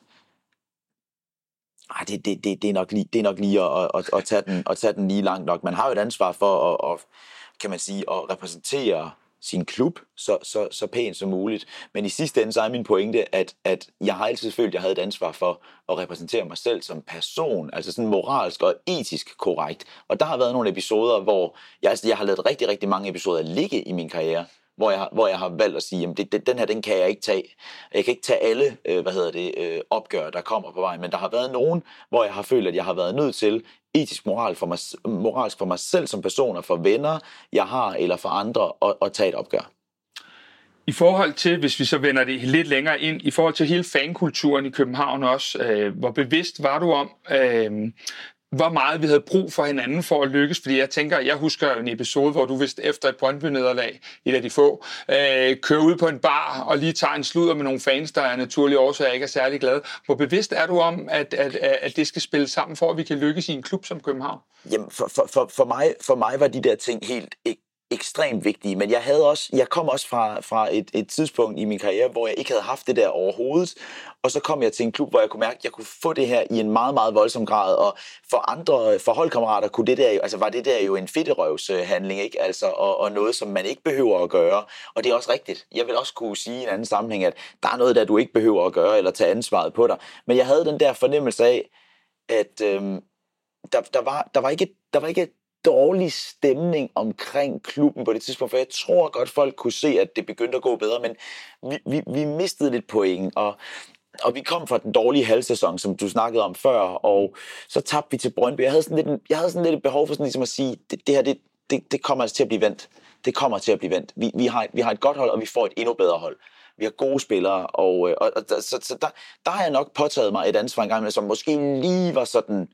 Det er nok lige at tage den lige langt nok. Man har jo et ansvar for at kan man sige, at repræsentere sin klub så pænt som muligt. Men i sidste ende så er min pointe, at jeg har altid følt, at jeg havde et ansvar for at repræsentere mig selv som person, altså sådan moralsk og etisk korrekt. Og der har været nogle episoder, hvor jeg har lavet rigtig, rigtig mange episoder ligge i min karriere, hvor jeg har valgt at sige, at den her, den kan jeg ikke tage. Jeg kan ikke tage alle, opgør, der kommer på vejen, men der har været nogen, hvor jeg har følt, at jeg har været nødt til etisk moralsk for mig selv som person, og for venner, jeg har, eller for andre, at tage et opgør. I forhold til, hvis vi så vender det lidt længere ind, i forhold til hele fankulturen i København også, hvor bevidst var du om, hvor meget vi havde brug for hinanden for at lykkes? Fordi jeg husker en episode, hvor du vidste efter et Brøndby-nederlag, et af de få, kører ud på en bar og lige tager en sludder med nogle fans, der er naturlige årsager ikke er særlig glade. Hvor bevidst er du om, at det skal spille sammen, for at vi kan lykkes i en klub som København? Jamen, for mig var de der ting helt ekstremt vigtige, men jeg kom også fra et tidspunkt i min karriere, hvor jeg ikke havde haft det der overhovedet, og så kom jeg til en klub, hvor jeg kunne mærke, at jeg kunne få det her i en meget, meget voldsom grad, og for holdkammerater kunne det der jo, altså var det der jo en fedterøvshandling, ikke? Altså, og noget, som man ikke behøver at gøre, og det er også rigtigt. Jeg vil også kunne sige i en anden sammenhæng, at der er noget, der du ikke behøver at gøre, eller tage ansvaret på dig, men jeg havde den der fornemmelse af, at der var ikke dårlig stemning omkring klubben på det tidspunkt, for jeg tror godt, folk kunne se, at det begyndte at gå bedre, men vi mistede lidt point, og vi kom fra den dårlige halvsæson, som du snakkede om før, og så tabte vi til Brøndby. Jeg havde sådan lidt et behov for sådan ligesom at sige, det her, det kommer altså til at blive vendt. Det kommer til at blive vendt. Vi har et godt hold, og vi får et endnu bedre hold. Vi har gode spillere, og så der har jeg nok påtaget mig et ansvar engang, som måske lige var sådan,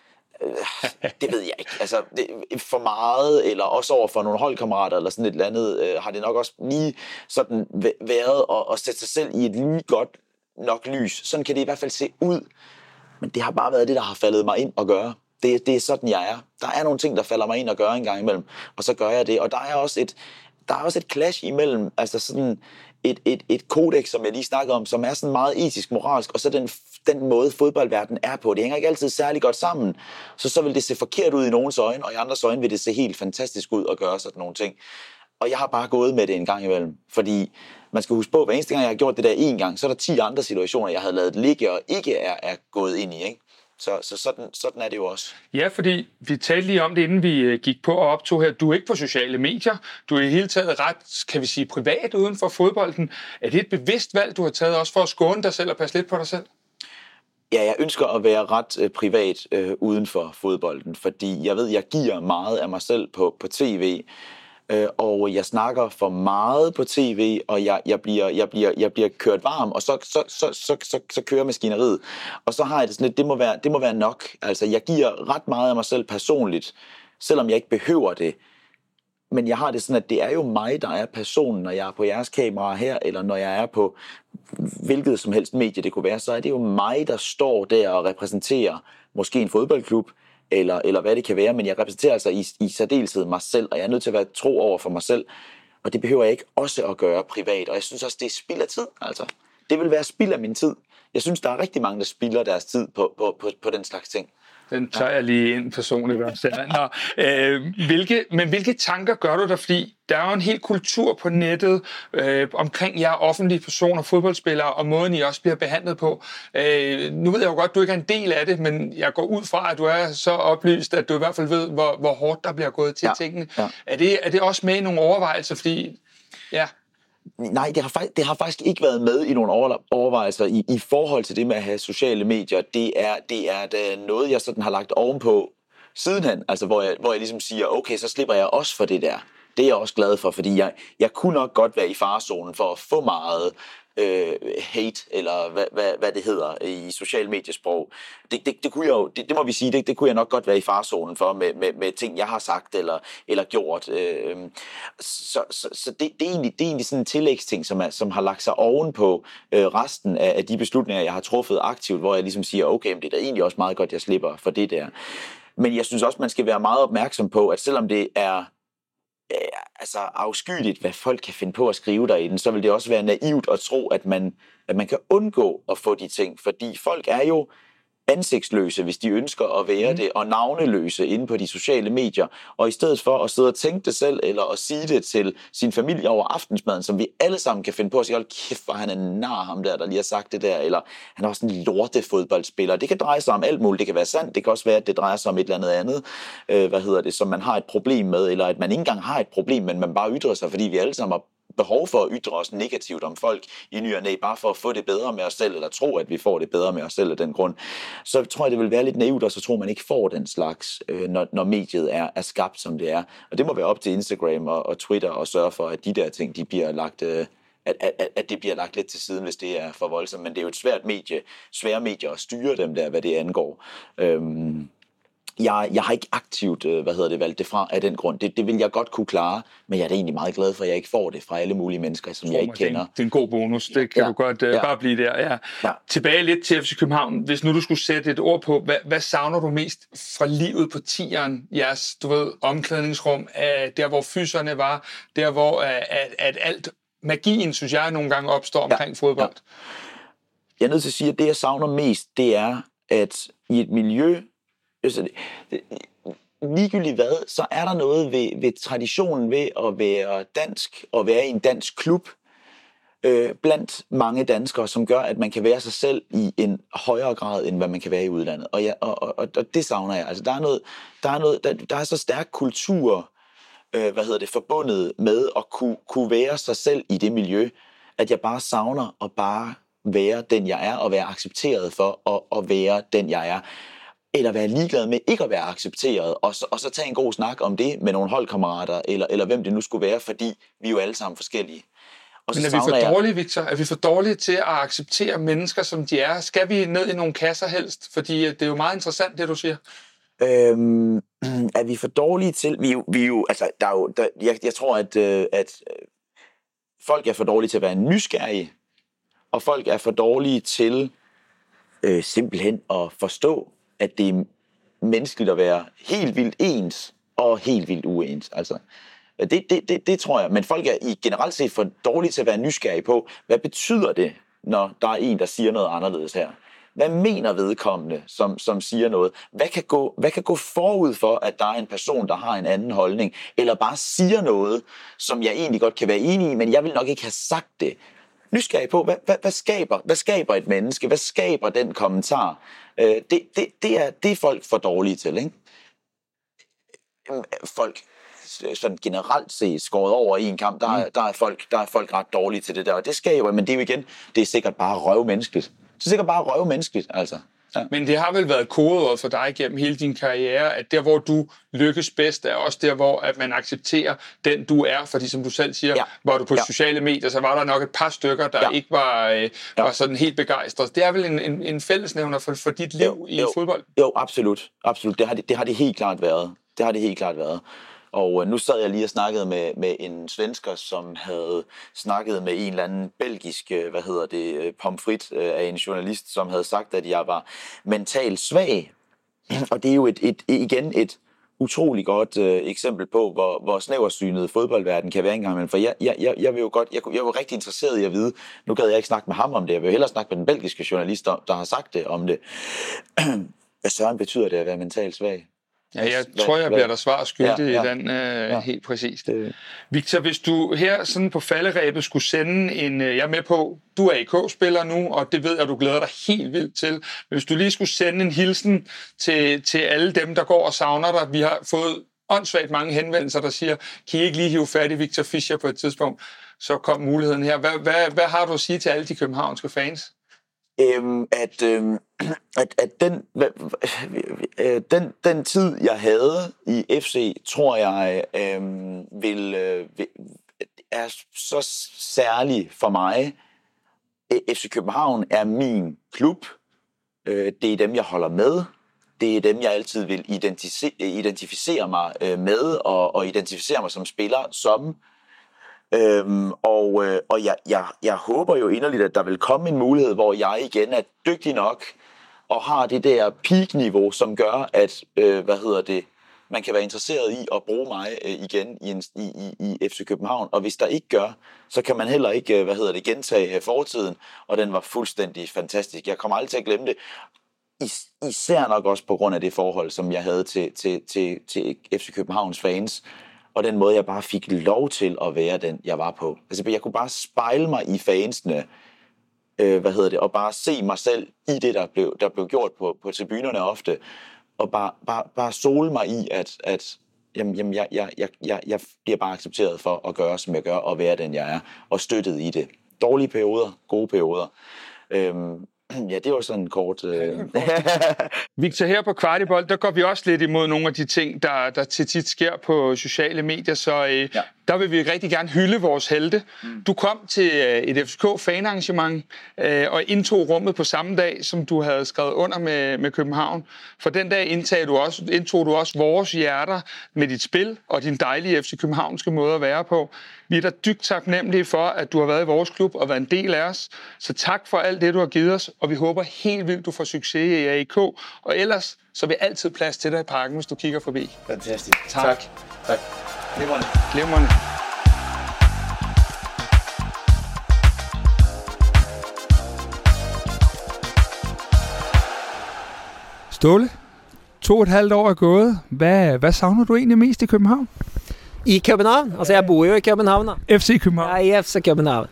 det ved jeg ikke. Altså, for meget, eller også over for nogle holdkammerater, eller sådan et eller andet, har det nok også lige sådan været at sætte sig selv i et lige godt nok lys. Sådan kan det i hvert fald se ud. Men det har bare været det, der har faldet mig ind at gøre. Det er sådan, jeg er. Der er nogle ting, der falder mig ind at gøre en gang imellem, og så gør jeg det. Og der er også et clash imellem, altså sådan et kodex, som jeg lige snakkede om, som er sådan meget etisk, moralsk, og så den måde fodboldverdenen er på. Det hænger ikke altid særlig godt sammen. Så vil det se forkert ud i nogens øjne, og i andres øjne vil det se helt fantastisk ud at gøre sådan nogle ting. Og jeg har bare gået med det en gang imellem, fordi man skal huske på, at hver eneste gang, jeg har gjort det der en gang, så er der 10 andre situationer, jeg havde ladet ligge og ikke er gået ind i, ikke? Så sådan er det jo også. Ja, fordi vi talte lige om det, inden vi gik på og optog her. Du er ikke på sociale medier. Du er i hele taget ret, kan vi sige, privat uden for fodbolden. Er det et bevidst valg, du har taget også for at skåne dig selv og passe lidt på dig selv? Ja, jeg ønsker at være ret privat uden for fodbolden, fordi jeg ved, jeg giver meget af mig selv på tv, og jeg snakker for meget på tv, og jeg bliver kørt varm, og så kører maskineriet. Og så har jeg det sådan lidt, det må være nok. Altså, jeg giver ret meget af mig selv personligt, selvom jeg ikke behøver det. Men jeg har det sådan, at det er jo mig, der er personen, når jeg er på jeres kamera her, eller når jeg er på hvilket som helst medie det kunne være, så er det jo mig, der står der og repræsenterer måske en fodboldklub, eller hvad det kan være, men jeg repræsenterer altså i særdeleshed mig selv, og jeg er nødt til at være tro over for mig selv, og det behøver jeg ikke også at gøre privat, og jeg synes også, det er spild af tid, altså. Det vil være spild af min tid. Jeg synes, der er rigtig mange, der spilder deres tid på den slags ting. Den tager jeg lige ind personligt. Hvilke tanker gør du der? Fordi der er jo en hel kultur på nettet omkring jer offentlige personer, fodboldspillere, og måden I også bliver behandlet på. Nu ved jeg jo godt, at du ikke er en del af det, men jeg går ud fra, at du er så oplyst, at du i hvert fald ved, hvor hårdt der bliver gået til tingene. Ja. Er det også med i nogle overvejelser? Fordi, ja... Nej, det har faktisk ikke været med i nogle overvejelser i forhold til det med at have sociale medier. Det er noget, jeg sådan har lagt ovenpå sidenhen, altså hvor jeg ligesom siger, okay, så slipper jeg også for det der. Det er jeg også glad for, fordi jeg kunne nok godt være i farezonen for at få meget hate, eller hvad det hedder i social mediesprog. Det kunne jeg jo, det må vi sige, det kunne jeg nok godt være i farezonen for med ting, jeg har sagt eller gjort. Så det er egentlig sådan en tillægsting, som har lagt sig ovenpå resten af de beslutninger, jeg har truffet aktivt, hvor jeg ligesom siger, okay, men det er da egentlig også meget godt, jeg slipper for det der. Men jeg synes også, man skal være meget opmærksom på, at selvom det er altså afskyeligt, hvad folk kan finde på at skrive derinde, så vil det også være naivt at tro, at man kan undgå at få de ting, fordi folk er jo ansigtsløse, hvis de ønsker at være det, og navneløse inde på de sociale medier, og i stedet for at sidde og tænke det selv, eller at sige det til sin familie over aftensmaden, som vi alle sammen kan finde på at sige, hold kæft, hvor han er nar, ham der lige har sagt det der, eller han er også en lortefodboldspiller. Det kan dreje sig om alt muligt, det kan være sandt, det kan også være, at det drejer sig om et eller andet, som man har et problem med, eller at man ikke engang har et problem, men man bare ytrer sig, fordi vi alle sammen har behov for at ytre os negativt om folk i ny og næ, bare for at få det bedre med os selv, eller tro, at vi får det bedre med os selv af den grund. Så tror jeg, det vil være lidt naivt, og så tror man ikke får den slags, når mediet er skabt, som det er. Og det må være op til Instagram og Twitter at sørge for, at de der ting, de bliver lagt, at det bliver lagt lidt til siden, hvis det er for voldsomt. Men det er jo et svære medier at styre dem der, hvad det angår. Jeg har ikke aktivt valgt det fra af den grund. Det vil jeg godt kunne klare, men jeg er da egentlig meget glad for, at jeg ikke får det fra alle mulige mennesker, som jeg ikke kender. Det er en god bonus. Det kan du godt bare blive der. Ja. Tilbage lidt til FC København. Hvis nu du skulle sætte et ord på, hvad savner du mest fra livet på tieren? Jeres, omklædningsrum, der hvor fyserne var, der hvor at alt magien, synes jeg, nogle gange opstår omkring fodbold. Ja. Jeg er nødt til at sige, at det, jeg savner mest, det er, at i et miljø, ligegyldigt hvad, så er der noget ved traditionen ved at være dansk og være i en dansk klub blandt mange danskere, som gør, at man kan være sig selv i en højere grad, end hvad man kan være i udlandet. Og det savner jeg. Altså, der er så stærk kultur forbundet med at kunne være sig selv i det miljø, at jeg bare savner at bare være den, jeg er, og være accepteret for at være den, jeg er. Eller være ligeglad med ikke at være accepteret, og så tage en god snak om det med nogle holdkammerater, eller hvem det nu skulle være, fordi vi er jo alle sammen forskellige. Og men er vi for dårlige, Victor? Er vi for dårlige til at acceptere mennesker, som de er? Skal vi ned i nogle kasser helst? Fordi det er jo meget interessant, det du siger. Er vi for dårlige til? Jeg tror, at folk er for dårlige til at være nysgerrige, og folk er for dårlige til simpelthen at forstå, at det er menneskeligt at være helt vildt ens og helt vildt uens. Altså, det tror jeg. Men folk er generelt set for dårlige til at være nysgerrige på, hvad betyder det, når der er en, der siger noget anderledes her? Hvad mener vedkommende, som siger noget? Hvad kan gå forud for, at der er en person, der har en anden holdning, eller bare siger noget, som jeg egentlig godt kan være enig i, men jeg vil nok ikke have sagt det? Nysgerrig på, hvad skaber et menneske? Hvad skaber den kommentar? Det er folk for dårlige til, ikke? Folk sådan generelt set skåret over i en kamp, der er folk ret dårlige til det der, og det skaber, men det er jo igen, det er sikkert bare røvmenneskeligt. Det er sikkert bare røvmenneskeligt, altså. Men det har vel været kodeord for dig gennem hele din karriere, at der, hvor du lykkes bedst, er også der, hvor at man accepterer den, du er. Fordi som du selv siger, var du på sociale medier, så var der nok et par stykker, der ikke var sådan helt begejstret. Det er vel en fællesnævner for dit liv i fodbold? Jo, absolut. Det har det helt klart været. Og nu sad jeg lige og snakkede med en svensker, som havde snakket med en eller anden belgisk, pomfrit af en journalist, som havde sagt, at jeg var mentalt svag. Og det er jo igen et utrolig godt eksempel på, hvor snæversynet fodboldverden kan være engang. For jeg var rigtig interesseret i at vide, nu gad jeg ikke snakke med ham om det, jeg vil hellere snakke med den belgiske journalist, der har sagt det om det. Hvad søren betyder det at være mentalt svag? Ja, jeg tror, jeg bliver der svar skyldig i den helt præcist. Victor, hvis du her sådan på falderebet skulle sende jeg er med på, du er AK-spiller nu, og det ved jeg, du glæder dig helt vildt til. Men hvis du lige skulle sende en hilsen til alle dem, der går og savner dig, vi har fået åndssvagt mange henvendelser, der siger, kan I ikke lige hive fat i Victor Fischer på et tidspunkt? Så kom muligheden her. Hvad har du at sige til alle de københavnske fans? Den tid, jeg havde i FC, tror jeg, er så særlig for mig. FC København er min klub. Det er dem, jeg holder med. Det er dem, jeg altid vil identificere mig med, og identificere mig som spiller som. Jeg håber jo inderligt, at der vil komme en mulighed, hvor jeg igen er dygtig nok og har det der peak-niveau, som gør, at man kan være interesseret i at bruge mig igen i FC København. Og hvis der ikke gør, så kan man heller ikke gentage fortiden, og den var fuldstændig fantastisk. Jeg kommer aldrig til at glemme det. Især nok også på grund af det forhold, som jeg havde til FC Københavns fans. Og den måde, jeg bare fik lov til at være den, jeg var på. Altså, jeg kunne bare spejle mig i fansene, og bare se mig selv i det, der blev gjort på tribunerne ofte. Og bare sole mig i, at jeg bliver bare accepteret for at gøre, som jeg gør, og være den, jeg er. Og støttet i det. Dårlige perioder, gode perioder. Ja, det var sådan en kort... Victor, her på Kvartibold, der går vi også lidt imod nogle af de ting, der tit sker på sociale medier, så der vil vi rigtig gerne hylde vores helte. Du kom til et FCK-fanarrangement og indtog rummet på samme dag, som du havde skrevet under med København. For den dag indtog du også vores hjerter med dit spil og din dejlige FC Københavnske måde at være på. Vi er da dybt taknemmelige for, at du har været i vores klub og været en del af os. Så tak for alt det, du har givet os, og vi håber helt vildt, du får succes i AIK. Og ellers, så er vi altid plads til dig i parken, hvis du kigger forbi. Fantastisk. Tak. Glimrende. Ståle, 2,5 år er gået. Hvad savner du egentlig mest i København? I København? Altså, jeg bor jo i København, da. FC København? Ja, i FC København.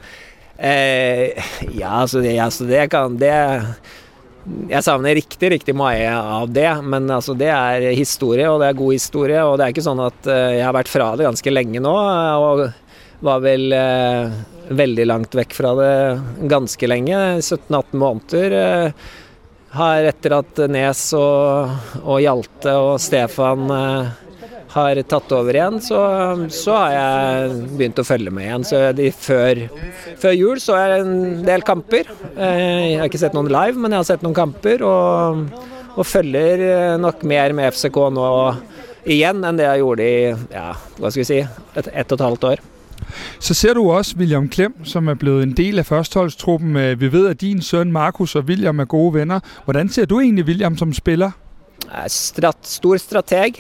Jeg savner riktig mye av det, men altså, det er historie, og det er god historie, og det er ikke sånn at jeg har vært fra det ganske lenge nå, og var vel veldig langt vekk fra det ganske lenge, 17-18 måneder. Har etter at Nes og Hjalte og Stefan har tatt over igjen, så har jeg begynt å følge med igjen. Så før jul så er det en del kamper. Jeg har ikke sett noen live, men jeg har sett noen kamper, og følger nok mer med FCK nå igjen enn det jeg gjorde i, ett og et halvt år. Så ser du også William Klem, som er blevet en del af førsteholdstruppen. Vi ved, at din søn Markus og William er gode venner. Hvordan ser du egentlig William som spiller? Stor strateg.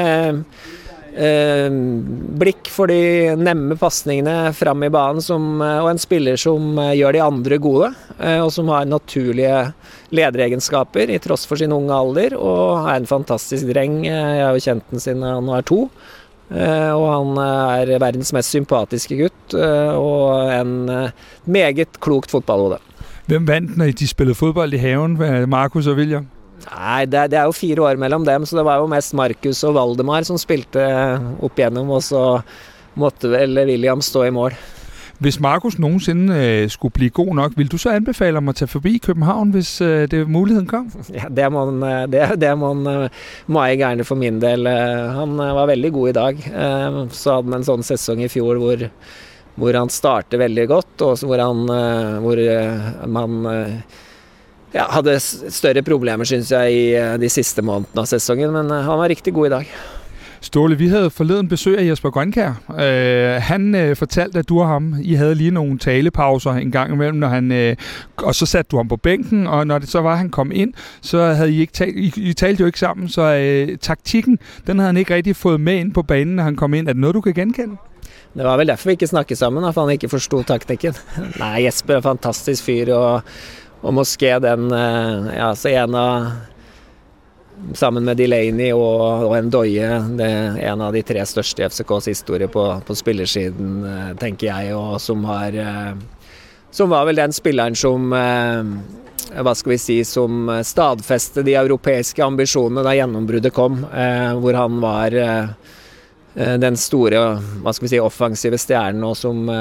Blikk for de nemme passningene frem i banen, og en spiller som gjør de andre gode, og som har naturlige lederegenskaper i tross for sin unge alder, og er en fantastisk dreng. Jeg har jo kjent den siden han var 2. Og han er verdens mest sympatiske gutt, og en meget klokt fotballhode. Hvem vandt, når de spillede fodbold i haven, Markus og William? Nei, det er jo 4 år mellom dem, så det var jo mest Markus og Valdemar som spilte opp igjennom, og så måtte vel William stå i mål. Hvis Markus nogensinde skulle blive god nok, vil du så anbefale ham at tage forbi København, hvis det muligheden kom? Ja, det må jeg gerne for min del. Han var veldig god i dag. Så hadde han en sånn sesong i fjor hvor han startet veldig godt, og hvor man hadde større problemer, synes jeg, i de siste månedene av sesongen, men han var riktig god i dag. Ståle, vi havde forleden besøg af Jesper Grønkjær. Han fortalte, at du og ham, I havde lige nogle talepauser en gang imellem, når og så satte du ham på bænken, og når det så var, han kom ind, så havde I ikke I talte jo ikke sammen, så taktikken, den havde han ikke rigtig fået med ind på banen, når han kom ind. Er det noget, du kan genkende? Det var vel derfor vi ikke snakket sammen, for han ikke forstod taktikken. Nej, Jesper er en fantastisk fyr, og måske den, så en av, sammen med Delaney og en Doye, det er en av de 3 største i FCKs historie på spillersiden, tenker jeg, og som var vel den spilleren som, hva skal vi si, som stadfeste de europeiske ambisjonene da gjennombruddet kom, hvor han var den store, hva skal vi si, offensive stjernen, og som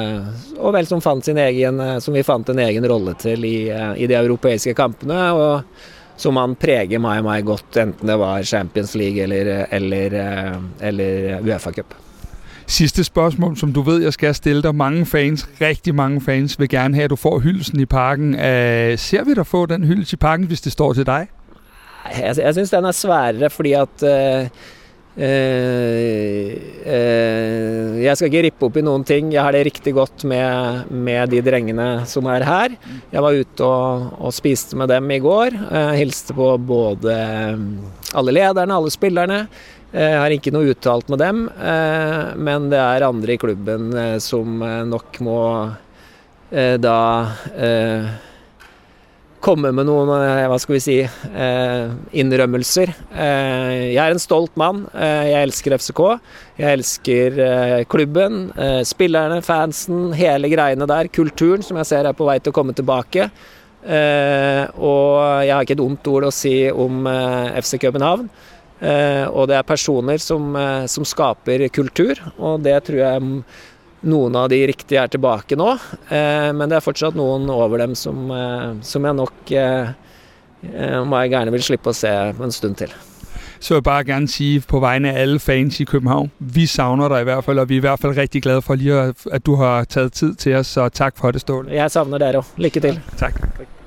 vi fant en egen rolle til i de europeiske kampene, og som han preger meg godt, enten det var Champions League eller UEFA Cup. Sidste spørgsmål, som du ved, jeg skal stille dig. Mange fans, rigtig mange fans, vil gerne have, at du får hyldelsen i Parken. Ser vi dig få den hyldest i Parken, hvis det står til dig? Jeg synes den er sværere, fordi at jeg skal ikke rippe opp i noen ting. Jeg har det riktig godt med de drengene som er her. Jeg var ute og spiste med dem i går. Hilste på både alle lederne, alle spillerne. Jeg har ikke noe uttalt med dem, men det er andre i klubben som nok må komme med noen, hva skal vi si, innrømmelser. Jeg er en stolt mann. Jeg elsker FCK. Jeg elsker klubben, spillerne, fansen, hele greiene der, kulturen som jeg ser er på vei til å komme tilbake. Og jeg har ikke et ondt ord å si om FC København. Og det er personer som skaper kultur, og det tror jeg noen av de riktige er tilbake nå, men det er fortsatt noen over dem som jeg nok må jeg gerne vil slippe å se en stund til. Så jeg bare gerne sige på vegne af alle fans i København, vi savner dig i hvert fald, og vi er i hvert fald rigtig glade for lige, at du har taget tid til os, så tak for det, Ståle. Jeg savner dere også. Lykke til. Tak.